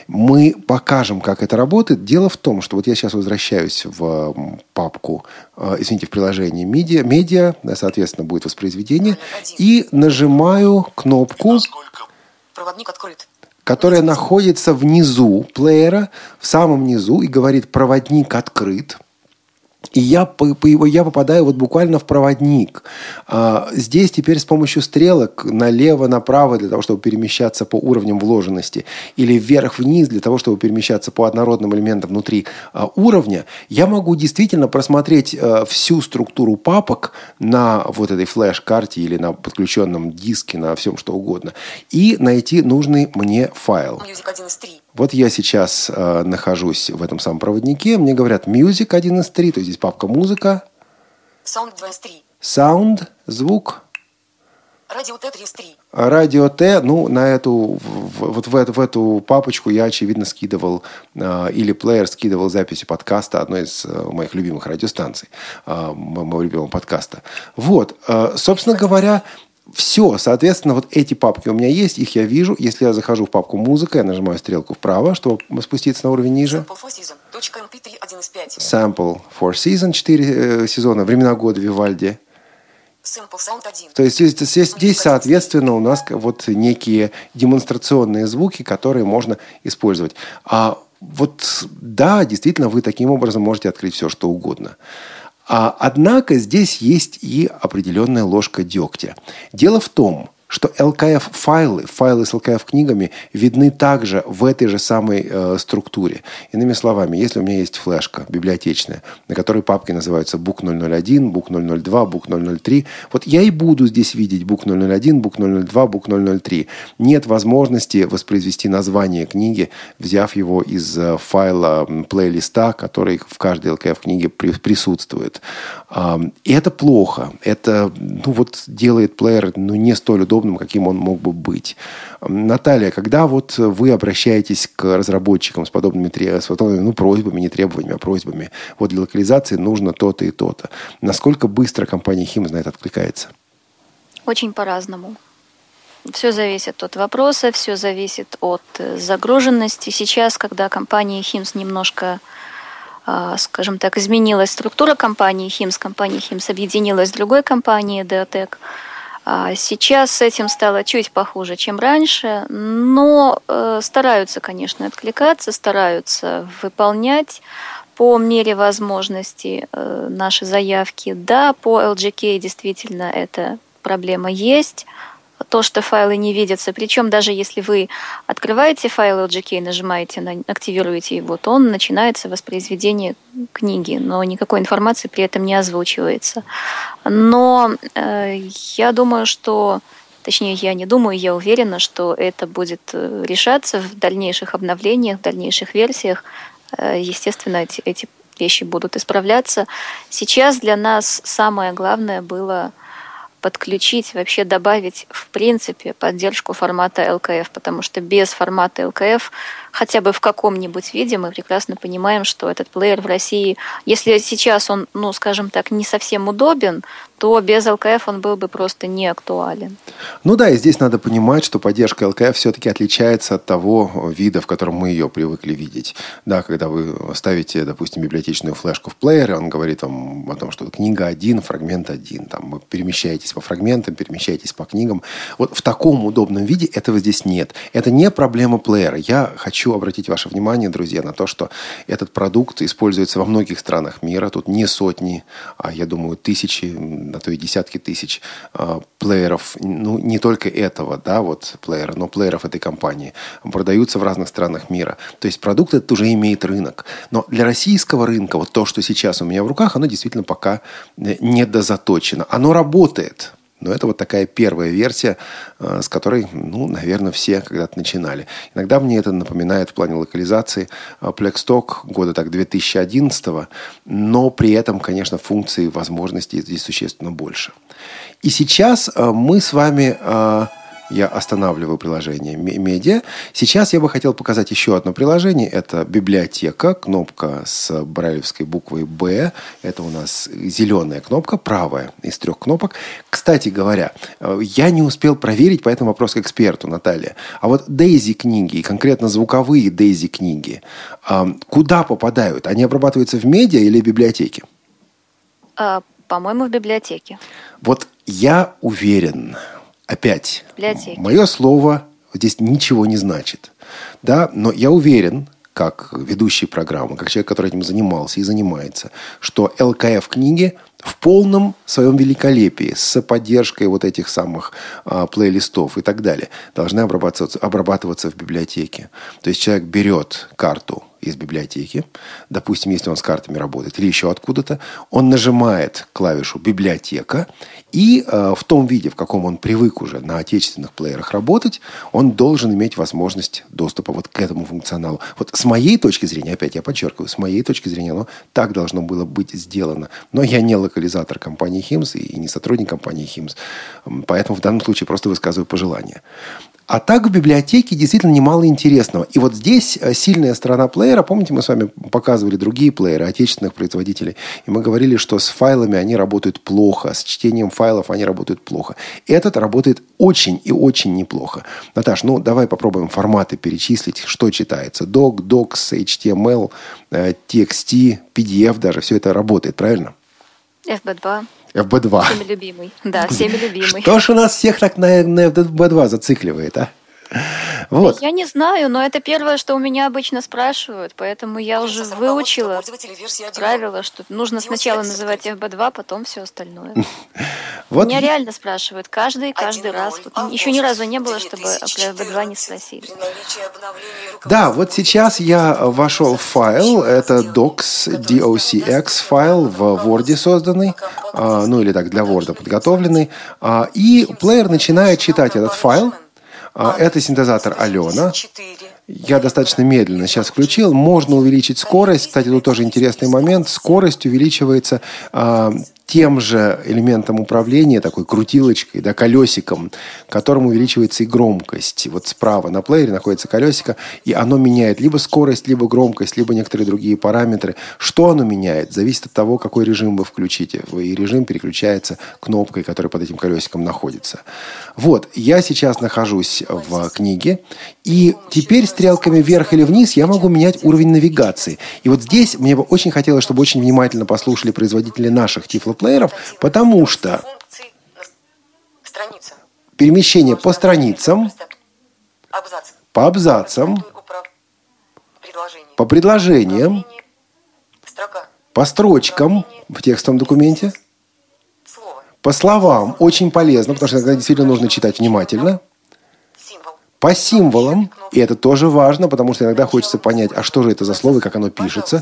Мы покажем, как это работает. Дело в том, что вот я сейчас возвращаюсь в папку, в приложение медиа, соответственно, будет воспроизведение, и нажимаю кнопку, проводник открыт, которая находится внизу плеера, в самом низу, и говорит «проводник открыт». И я попадаю вот буквально в проводник. Здесь теперь с помощью стрелок налево, направо для того, чтобы перемещаться по уровням вложенности, или вверх-вниз для того, чтобы перемещаться по однородным элементам внутри уровня, я могу действительно просмотреть всю структуру папок на вот этой флеш-карте или на подключенном диске, на всем что угодно, и найти нужный мне файл. Music 1 из 3. Вот я сейчас нахожусь в этом самом проводнике. Мне говорят Music 1 из 3, то есть здесь папка музыка. Sound 2 из 3. Sound, звук. Радио Т 3 из 3. Радио Т, на эту, вот в эту папочку я, очевидно, скидывал, или плеер скидывал записи подкаста одной из моих любимых радиостанций, моего любимого подкаста. Вот, собственно говоря, все, соответственно, вот эти папки у меня есть, их я вижу. Если я захожу в папку «Музыка», я нажимаю стрелку вправо, чтобы спуститься на уровень ниже. Sample for Season, 4 сезона, времена года Вивальди. То есть здесь, соответственно, у нас вот некие демонстрационные звуки, которые можно использовать. Вот да, действительно, вы таким образом можете открыть все, что угодно. Однако здесь есть и определенная ложка дегтя. Дело в том, что LKF-файлы с LKF-книгами видны также в этой же самой структуре. Иными словами, если у меня есть флешка библиотечная, на которой папки называются Book 001, Book 002, Book 003, вот я и буду здесь видеть Book 001, Book 002, Book 003. Нет возможности воспроизвести название книги, взяв его из файла плейлиста, который в каждой LKF-книге присутствует. И это плохо. Это делает плеер не столь удобным, каким он мог бы быть. Наталья, когда вот вы обращаетесь к разработчикам с подобными просьбами, не требованиями, а просьбами, вот для локализации нужно то-то и то-то, насколько быстро компания HIMS на это откликается? Очень по-разному. Все зависит от вопроса, все зависит от загруженности. Сейчас, когда компания HIMS немножко, скажем так, изменилась структура компании HIMS объединилась с другой компанией Deotech. Сейчас с этим стало чуть похуже, чем раньше, но стараются, конечно, откликаться, стараются выполнять по мере возможности наши заявки. Да, по LGK действительно эта проблема есть. То, что файлы не видятся, причем даже если вы открываете файл LGK, нажимаете, активируете его, то он начинается воспроизведение книги, но никакой информации при этом не озвучивается. Но я думаю, я не думаю, я уверена, что это будет решаться в дальнейших обновлениях, в дальнейших версиях. Естественно, эти вещи будут исправляться. Сейчас для нас самое главное было подключить, вообще добавить в принципе поддержку формата LKF, потому что без формата LKF хотя бы в каком-нибудь виде мы прекрасно понимаем, что этот плеер в России, если сейчас он, скажем так, не совсем удобен, то без LKF он был бы просто не актуален. И здесь надо понимать, что поддержка LKF все-таки отличается от того вида, в котором мы ее привыкли видеть. Да, когда вы ставите, допустим, библиотечную флешку в плеер, он говорит вам о том, что книга 1, фрагмент 1. Там вы перемещаетесь по фрагментам, перемещаетесь по книгам. Вот в таком удобном виде этого здесь нет. Это не проблема плеера. Я хочу обратить ваше внимание, друзья, на то, что этот продукт используется во многих странах мира. Тут не сотни, а, я думаю, тысячи, а то и десятки тысяч плееров. Не только этого, плеера, но плееров этой компании продаются в разных странах мира. То есть продукт этот уже имеет рынок. Но для российского рынка вот то, что сейчас у меня в руках, оно действительно пока недозаточено. Оно работает. Но это вот такая первая версия, с которой, наверное, все когда-то начинали. Иногда мне это напоминает в плане локализации Plextalk года 2011, но при этом, конечно, функций и возможностей здесь существенно больше. И сейчас мы с вами... Я останавливаю приложение «Медиа». Сейчас я бы хотел показать еще одно приложение. Это библиотека, кнопка с брайлевской буквой «Б». Это у нас зеленая кнопка, правая из 3 кнопок. Кстати говоря, я не успел проверить, поэтому вопрос к эксперту, Наталья. А вот Дейзи-книги, и конкретно звуковые Дейзи-книги, куда попадают? Они обрабатываются в «Медиа» или в библиотеке? По-моему, в библиотеке. Вот я уверен... Опять, библиотеки. Мое слово здесь ничего не значит. Да? Но я уверен, как ведущий программы, как человек, который этим занимался и занимается, что ЛКФ-книги в полном своем великолепии, с поддержкой вот этих самых плейлистов и так далее, должны обрабатываться в библиотеке. То есть человек берет карту из библиотеки, допустим, если он с картами работает, или еще откуда-то, он нажимает клавишу «Библиотека», и в том виде, в каком он привык уже на отечественных плеерах работать, он должен иметь возможность доступа вот к этому функционалу. Вот с моей точки зрения, опять я подчеркиваю, с моей точки зрения, оно так должно было быть сделано. Но я не локализатор компании HIMSS и не сотрудник компании HIMSS, поэтому в данном случае просто высказываю пожелания. А так в библиотеке действительно немало интересного. И вот здесь сильная сторона плеера. Помните, мы с вами показывали другие плееры отечественных производителей. И мы говорили, что с файлами они работают плохо. С чтением файлов они работают плохо. Этот работает очень и очень неплохо. Наташ, давай попробуем форматы перечислить. Что читается? Doc, Docs, HTML, TXT, PDF даже. Все это работает, правильно? FB2. FB2. Всеми любимый. Да, всеми любимый. Что ж у нас всех так на FB2 зацикливает, а? Вот. Я не знаю, но это первое, что у меня обычно спрашивают, поэтому я уже выучила правило, что нужно сначала называть FB2, потом все остальное. Вот. Меня реально спрашивают каждый раз. Вот еще ни разу не было, чтобы про FB2 не спросили. Да, вот сейчас я вошел в файл, это docx файл в Word созданный, или так для Word подготовленный, и плеер начинает читать этот файл. Это синтезатор Алена. Я достаточно медленно сейчас включил. Можно увеличить скорость. Кстати, тут тоже интересный момент. Скорость увеличивается тем же элементом управления, такой крутилочкой, колесиком, которым увеличивается и громкость. Вот справа на плеере находится колесико, и оно меняет либо скорость, либо громкость, либо некоторые другие параметры. Что оно меняет, зависит от того, какой режим вы включите. И режим переключается кнопкой, которая под этим колесиком находится. Вот, я сейчас нахожусь в книге, и теперь стрелками вверх или вниз я могу менять уровень навигации. И вот здесь мне бы очень хотелось, чтобы очень внимательно послушали производители наших тифлоплееров, потому что перемещение по страницам, по абзацам, по предложениям, по строчкам в текстовом документе, по словам очень полезно, потому что иногда действительно нужно читать внимательно. По символам, и это тоже важно, потому что иногда хочется понять, а что же это за слово и как оно пишется.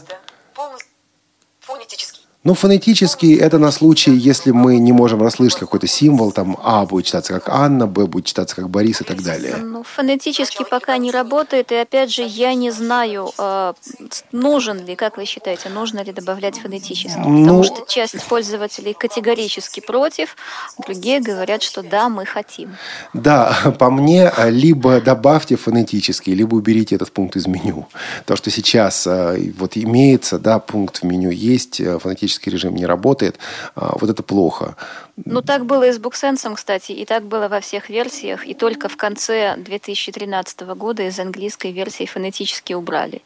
Фонетически это на случай, если мы не можем расслышать какой-то символ, там А будет читаться как Анна, Б будет читаться как Борис и так далее. Фонетически пока не работает, и опять же, я не знаю, нужен ли, как вы считаете, нужно ли добавлять фонетически, потому что часть пользователей категорически против, другие говорят, что да, мы хотим. Да, по мне, либо добавьте фонетический, либо уберите этот пункт из меню. То, что сейчас вот имеется, пункт в меню есть, фонетический режим не работает, вот это плохо. Так было и с BookSense, кстати, и так было во всех версиях, и только в конце 2013 года из английской версии фонетически убрали.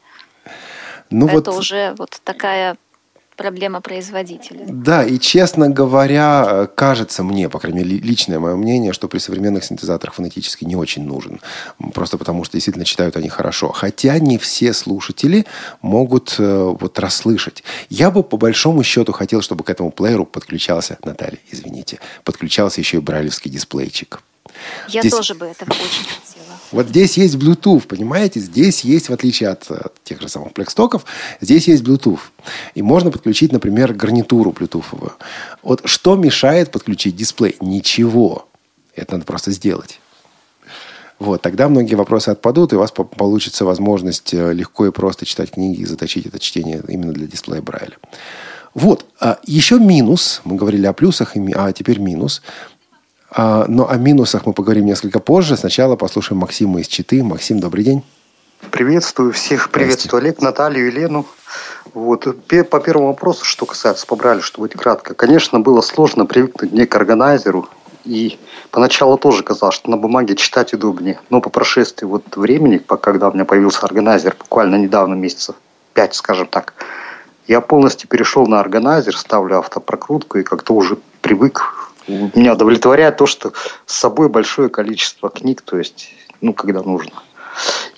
Это уже вот такая проблема производителя. Да, и, честно говоря, кажется мне, по крайней мере, личное мое мнение, что при современных синтезаторах фонетически не очень нужен. Просто потому, что действительно читают они хорошо. Хотя не все слушатели могут расслышать. Я бы, по большому счету, хотел, чтобы к этому плееру подключался, Наталья, извините, подключался еще и брайлевский дисплейчик. Я тоже бы этого очень хотела. Вот здесь есть Bluetooth, понимаете? Здесь есть, в отличие от тех же самых плекстоков, здесь есть Bluetooth. И можно подключить, например, гарнитуру Bluetooth-овую. Вот что мешает подключить дисплей? Ничего. Это надо просто сделать. Вот, тогда многие вопросы отпадут, и у вас получится возможность легко и просто читать книги и заточить это чтение именно для дисплея Брайля. Вот. Еще минус. Мы говорили о плюсах, а теперь минус. Но о минусах мы поговорим несколько позже. Сначала послушаем Максима из Читы. Максим, добрый день. Приветствую всех. Приветствую Олег, Наталью, Елену. Вот. По первому вопросу, что касается побрали, чтобы быть кратко. Конечно, было сложно привыкнуть не к органайзеру. И поначалу тоже казалось, что на бумаге читать удобнее. Но по прошествии времени, когда у меня появился органайзер, буквально недавно, месяцев 5, скажем так, я полностью перешел на органайзер, ставлю автопрокрутку и как-то уже привык. Меня удовлетворяет то, что с собой большое количество книг, то есть, когда нужно.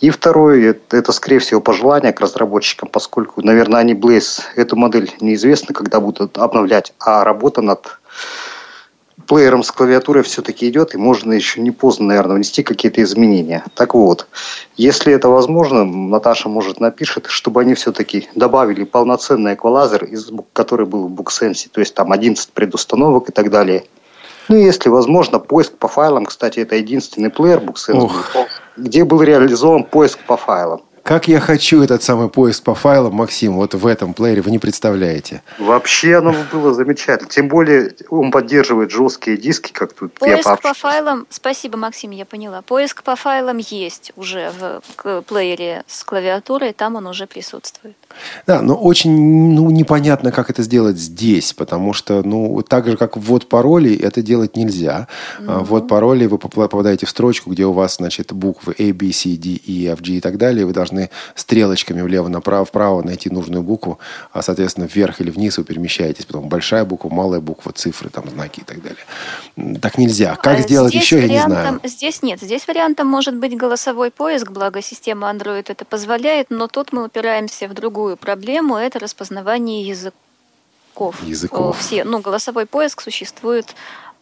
И второе, это, скорее всего, пожелание к разработчикам, поскольку, наверное, они Blaze, эту модель неизвестно, когда будут обновлять, а работа над плеером с клавиатурой все-таки идет, и можно еще не поздно, наверное, внести какие-то изменения. Так вот, если это возможно, Наташа, может, напишет, чтобы они все-таки добавили полноценный эквалайзер, который был в BookSense, то есть там 11 предустановок и так далее. Ну, если возможно, поиск по файлам, кстати, это единственный плеер BookSense, где был реализован поиск по файлам. Как я хочу этот самый поиск по файлам, Максим, вот в этом плеере, вы не представляете. Вообще оно было замечательно. Тем более он поддерживает жесткие диски, как тут. Поиск по файлам, спасибо, Максим, я поняла. Поиск по файлам есть уже в плеере с клавиатурой, там он уже присутствует. Да, но очень непонятно, как это сделать здесь, потому что, так же, как ввод паролей, это делать нельзя. Ввод паролей, вы попадаете в строчку, где у вас, значит, буквы A, B, C, D, E, F, G и так далее. Вы должны стрелочками влево-направо, вправо найти нужную букву, а, соответственно, вверх или вниз вы перемещаетесь. Потом большая буква, малая буква, цифры, там, знаки и так далее. Так нельзя. Как сделать еще, я не знаю. Здесь нет. Здесь вариантом может быть голосовой поиск, благо система Android это позволяет, но тут мы упираемся в другую проблему, это распознавание языков. Все, голосовой поиск существует,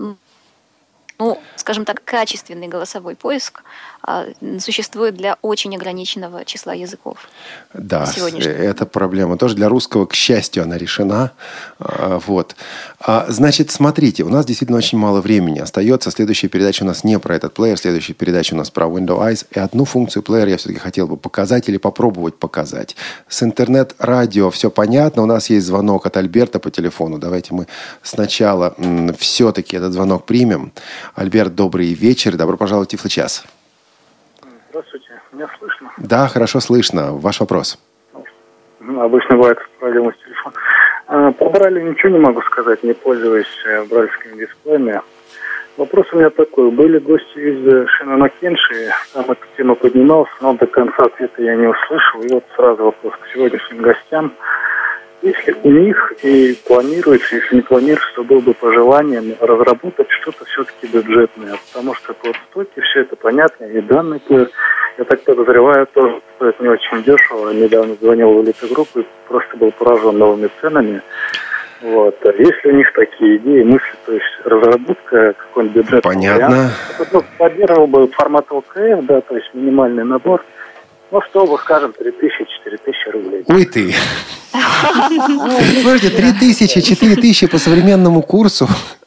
скажем так, качественный голосовой поиск существует для очень ограниченного числа языков. Да, эта проблема тоже для русского, к счастью, она решена. Вот. Значит, смотрите, у нас действительно очень мало времени остается. Следующая передача у нас не про этот плеер, следующая передача у нас про Windows Eyes. И одну функцию плеера я все-таки хотел бы показать или попробовать показать. С интернет-радио все понятно. У нас есть звонок от Альберта по телефону. Давайте мы сначала все-таки этот звонок примем. Альберт, добрый вечер. Добро пожаловать в Тифлочас. Здравствуйте. Меня слышно? Да, хорошо слышно. Ваш вопрос. Обычно бывает проблемы с телефоном. По Брайлю ничего не могу сказать, не пользуясь брайлевскими дисплеями. Вопрос у меня такой. Были гости из Шинона Кенши, там эта тема поднималась, но до конца ответа я не услышал. И вот сразу вопрос к сегодняшним гостям. Если у них и планируется, если не планируется, то было бы пожелание разработать что-то все-таки бюджетное. Потому что по стоке все это понятно. И данный плеер, я так подозреваю, тоже стоит не очень дешево. Недавно звонил в элитогруппу и просто был поражен новыми ценами. Вот. А если у них такие идеи, мысли, то есть разработка какой-нибудь бюджетный Понятно. вариант, поддерживал бы формат ЛКФ, да, то есть минимальный набор. Чтобы, скажем, 3000-4000 рублей. Ой ты! Слушайте, 3000, 4000 по современному курсу.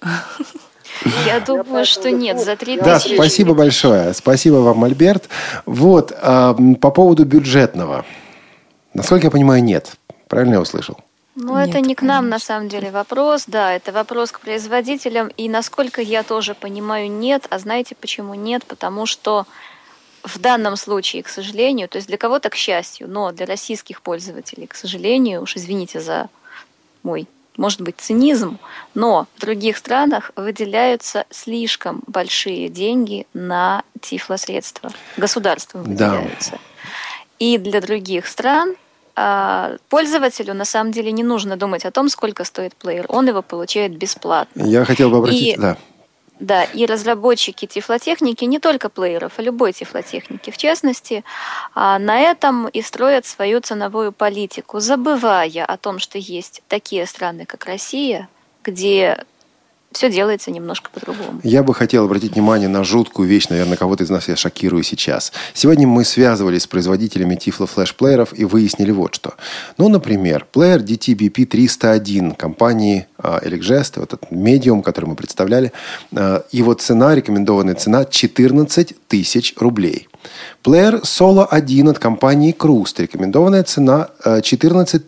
Я думаю, что нет, за 3000. Да, спасибо большое. Спасибо вам, Альберт. Вот, по поводу бюджетного. Насколько я понимаю, нет. Правильно я услышал? Это не к нам, на самом деле, вопрос. Да, это вопрос к производителям. И, насколько я тоже понимаю, нет. А знаете, почему нет? Потому что в данном случае, к сожалению, то есть для кого-то к счастью, но для российских пользователей, к сожалению, уж извините за мой, может быть, цинизм, но в других странах выделяются слишком большие деньги на тифлосредства. Государством выделяются. Да. И для других стран пользователю на самом деле не нужно думать о том, сколько стоит плеер. Он его получает бесплатно. Я хотел бы обратить... Да, и разработчики тифлотехники, не только плееров, а любой тифлотехники, в частности, на этом и строят свою ценовую политику, забывая о том, что есть такие страны, как Россия, где все делается немножко по-другому. Я бы хотел обратить внимание на жуткую вещь, наверное, кого-то из нас я шокирую сейчас. Сегодня мы связывались с производителями тифло-флеш-плееров и выяснили вот что. Например, плеер DTBP-301 компании Elecgest, вот этот медиум, который мы представляли, его цена, рекомендованная цена 14 тысяч рублей. Плеер Solo 1 от компании Krust. Рекомендованная цена 14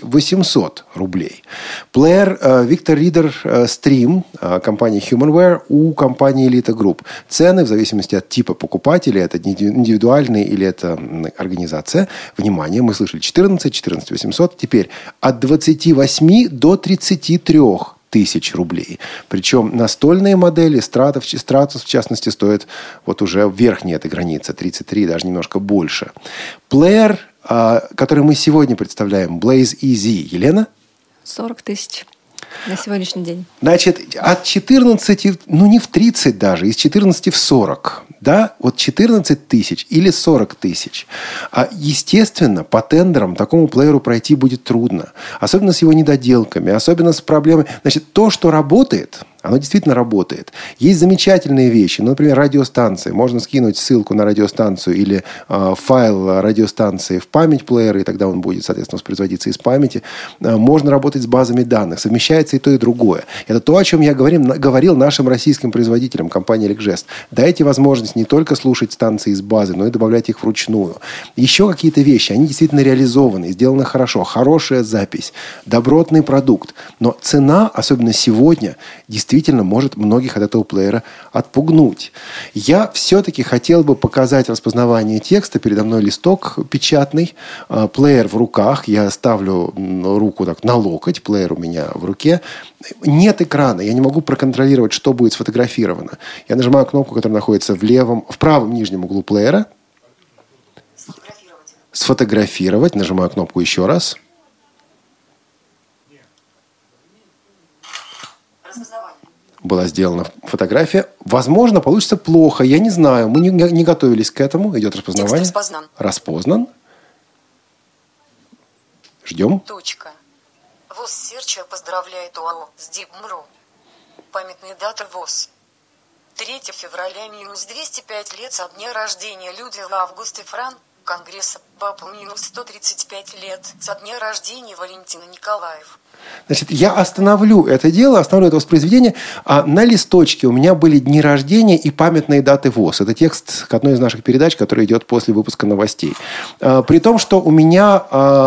800 рублей. Плеер Victor Reader Stream компании Humanware у компании Elite Group. Цены в зависимости от типа покупателя, это индивидуальный или это организация. Внимание, мы слышали 14 800. Теперь от 28 до 33 тысяч рублей. Причем настольные модели, Stratus в частности, стоят вот уже верхняя эта граница, 33, даже немножко больше. Плеер, который мы сегодня представляем, Blaze EZ. Елена? 40 тысяч на сегодняшний день. Значит, от 14, не в 30 даже, из 14 в 40. Да, вот 14 тысяч или 40 тысяч. Естественно, по тендерам такому плееру пройти будет трудно. Особенно с его недоделками, особенно с проблемой. Значит, то, что работает, оно действительно работает. Есть замечательные вещи. Ну, например, радиостанции. Можно скинуть ссылку на радиостанцию или файл радиостанции в память плеера, и тогда он будет, соответственно, воспроизводиться из памяти. Можно работать с базами данных. Совмещается и то, и другое. Это то, о чем я говорил нашим российским производителям, компании Elecgest. Дайте возможность не только слушать станции из базы, но и добавлять их вручную. Еще какие-то вещи. Они действительно реализованы, сделаны хорошо. Хорошая запись. Добротный продукт. Но цена, особенно сегодня, действительно может многих от этого плеера отпугнуть. Я все-таки хотел бы показать распознавание текста. Передо мной листок печатный, плеер в руках. Я ставлю руку так на локоть, плеер у меня в руке. Нет экрана, я не могу проконтролировать, что будет сфотографировано. Я нажимаю кнопку, которая находится в правом нижнем углу плеера. Сфотографировать. Нажимаю кнопку еще раз. Была сделана фотография. Возможно, получится плохо. Я не знаю. Мы не готовились к этому. Идет распознавание. Текст распознан. Распознан. Ждем. Точка. ВОЗ Серча поздравляет ОАО с ДИП-МРО. Памятные даты ВОЗ. 3 февраля минус 205 лет со дня рождения Людвига Августа Фран. Конгресса ПАП минус 135 лет со дня рождения Валентина Николаев. Значит, я остановлю это дело, остановлю это воспроизведение. На листочке у меня были дни рождения и памятные даты ВОЗ. Это текст к одной из наших передач, которая идет после выпуска новостей. При том, что у меня...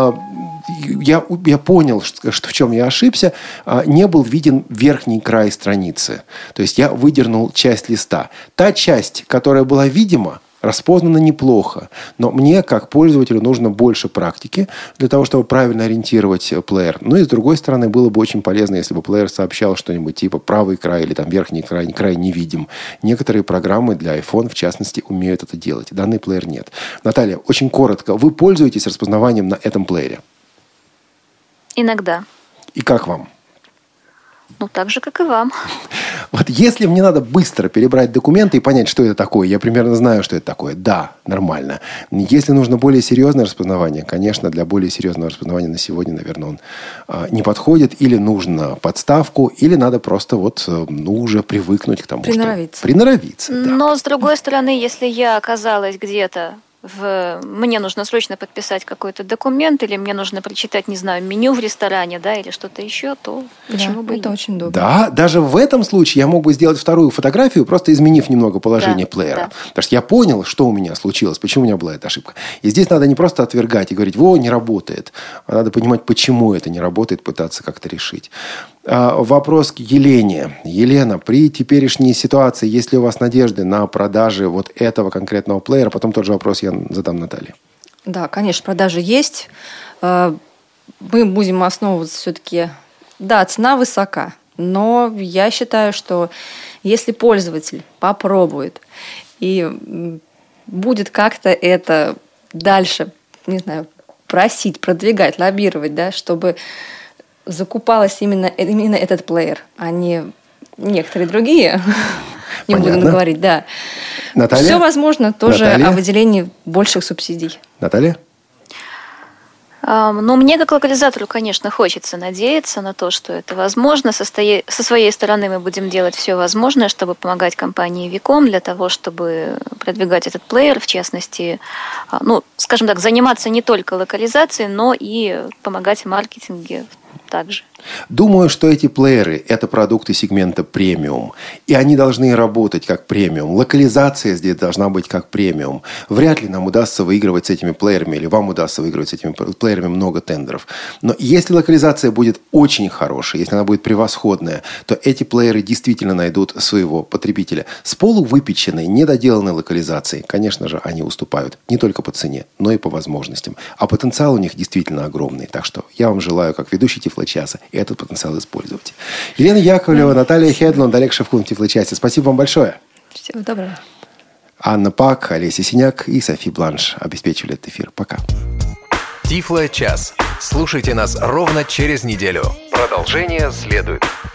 Я понял, что в чем я ошибся, не был виден верхний край страницы. То есть я выдернул часть листа. Та часть, которая была видима, распознано неплохо, но мне, как пользователю, нужно больше практики для того, чтобы правильно ориентировать плеер. Ну и, с другой стороны, было бы очень полезно, если бы плеер сообщал что-нибудь типа правый край или там верхний край невидим. Некоторые программы для iPhone, в частности, умеют это делать. Данный плеер нет. Наталья, очень коротко. Вы пользуетесь распознаванием на этом плеере? Иногда. И как вам? Ну, так же, как и вам. Вот если мне надо быстро перебрать документы и понять, что это такое, я примерно знаю, что это такое. Да, нормально. Если нужно более серьезное распознавание, конечно, для более серьезного распознавания на сегодня, наверное, он не подходит. Или нужно подставку, или надо просто уже привыкнуть к тому, приноровиться. Приноровиться, да. Но, с другой стороны, если я оказалась где-то мне нужно срочно подписать какой-то документ, или мне нужно прочитать, не знаю, меню в ресторане, да, или что-то еще, то почему бы это очень удобно. Да, даже в этом случае я мог бы сделать вторую фотографию, просто изменив немного положение плеера. Да. Потому что я понял, что у меня случилось, почему у меня была эта ошибка. И здесь надо не просто отвергать и говорить, не работает, а надо понимать, почему это не работает, пытаться как-то решить. Вопрос к Елене. Елена, при теперешней ситуации, есть ли у вас надежды на продажи вот этого конкретного плеера? Потом тот же вопрос я задам Наталье. Да, конечно, продажи есть. Мы будем основываться все-таки... Да, цена высока, но я считаю, что если пользователь попробует и будет как-то это дальше, не знаю, просить, продвигать, лоббировать, да, чтобы... закупалась именно этот плеер, а не некоторые другие. Не будем говорить, да. Наталья? Все возможно тоже о выделении больших субсидий. Наталья? Ну, мне как локализатору, конечно, хочется надеяться на то, что это возможно. Со своей стороны мы будем делать все возможное, чтобы помогать компании Виком для того, чтобы продвигать этот плеер, в частности, скажем так, заниматься не только локализацией, но и помогать в маркетинге также. Думаю, что эти плееры – это продукты сегмента премиум. И они должны работать как премиум. Локализация здесь должна быть как премиум. Вряд ли нам удастся выигрывать с этими плеерами, или вам удастся выигрывать с этими плеерами много тендеров. Но если локализация будет очень хорошей, если она будет превосходная, то эти плееры действительно найдут своего потребителя. С полувыпеченной, недоделанной локализацией, конечно же, они уступают не только по цене, но и по возможностям. А потенциал у них действительно огромный. Так что я вам желаю, как ведущий Тифлочаса, этот потенциал использовать. Елена Яковлева, Наталья Хедлунд, Олег Шевкун в Тифлочасе. Спасибо вам большое. Всего доброго. Анна Пак, Олеся Синяк и Софи Бланш обеспечивали этот эфир. Пока. Тифлочас. Слушайте нас ровно через неделю. Продолжение следует.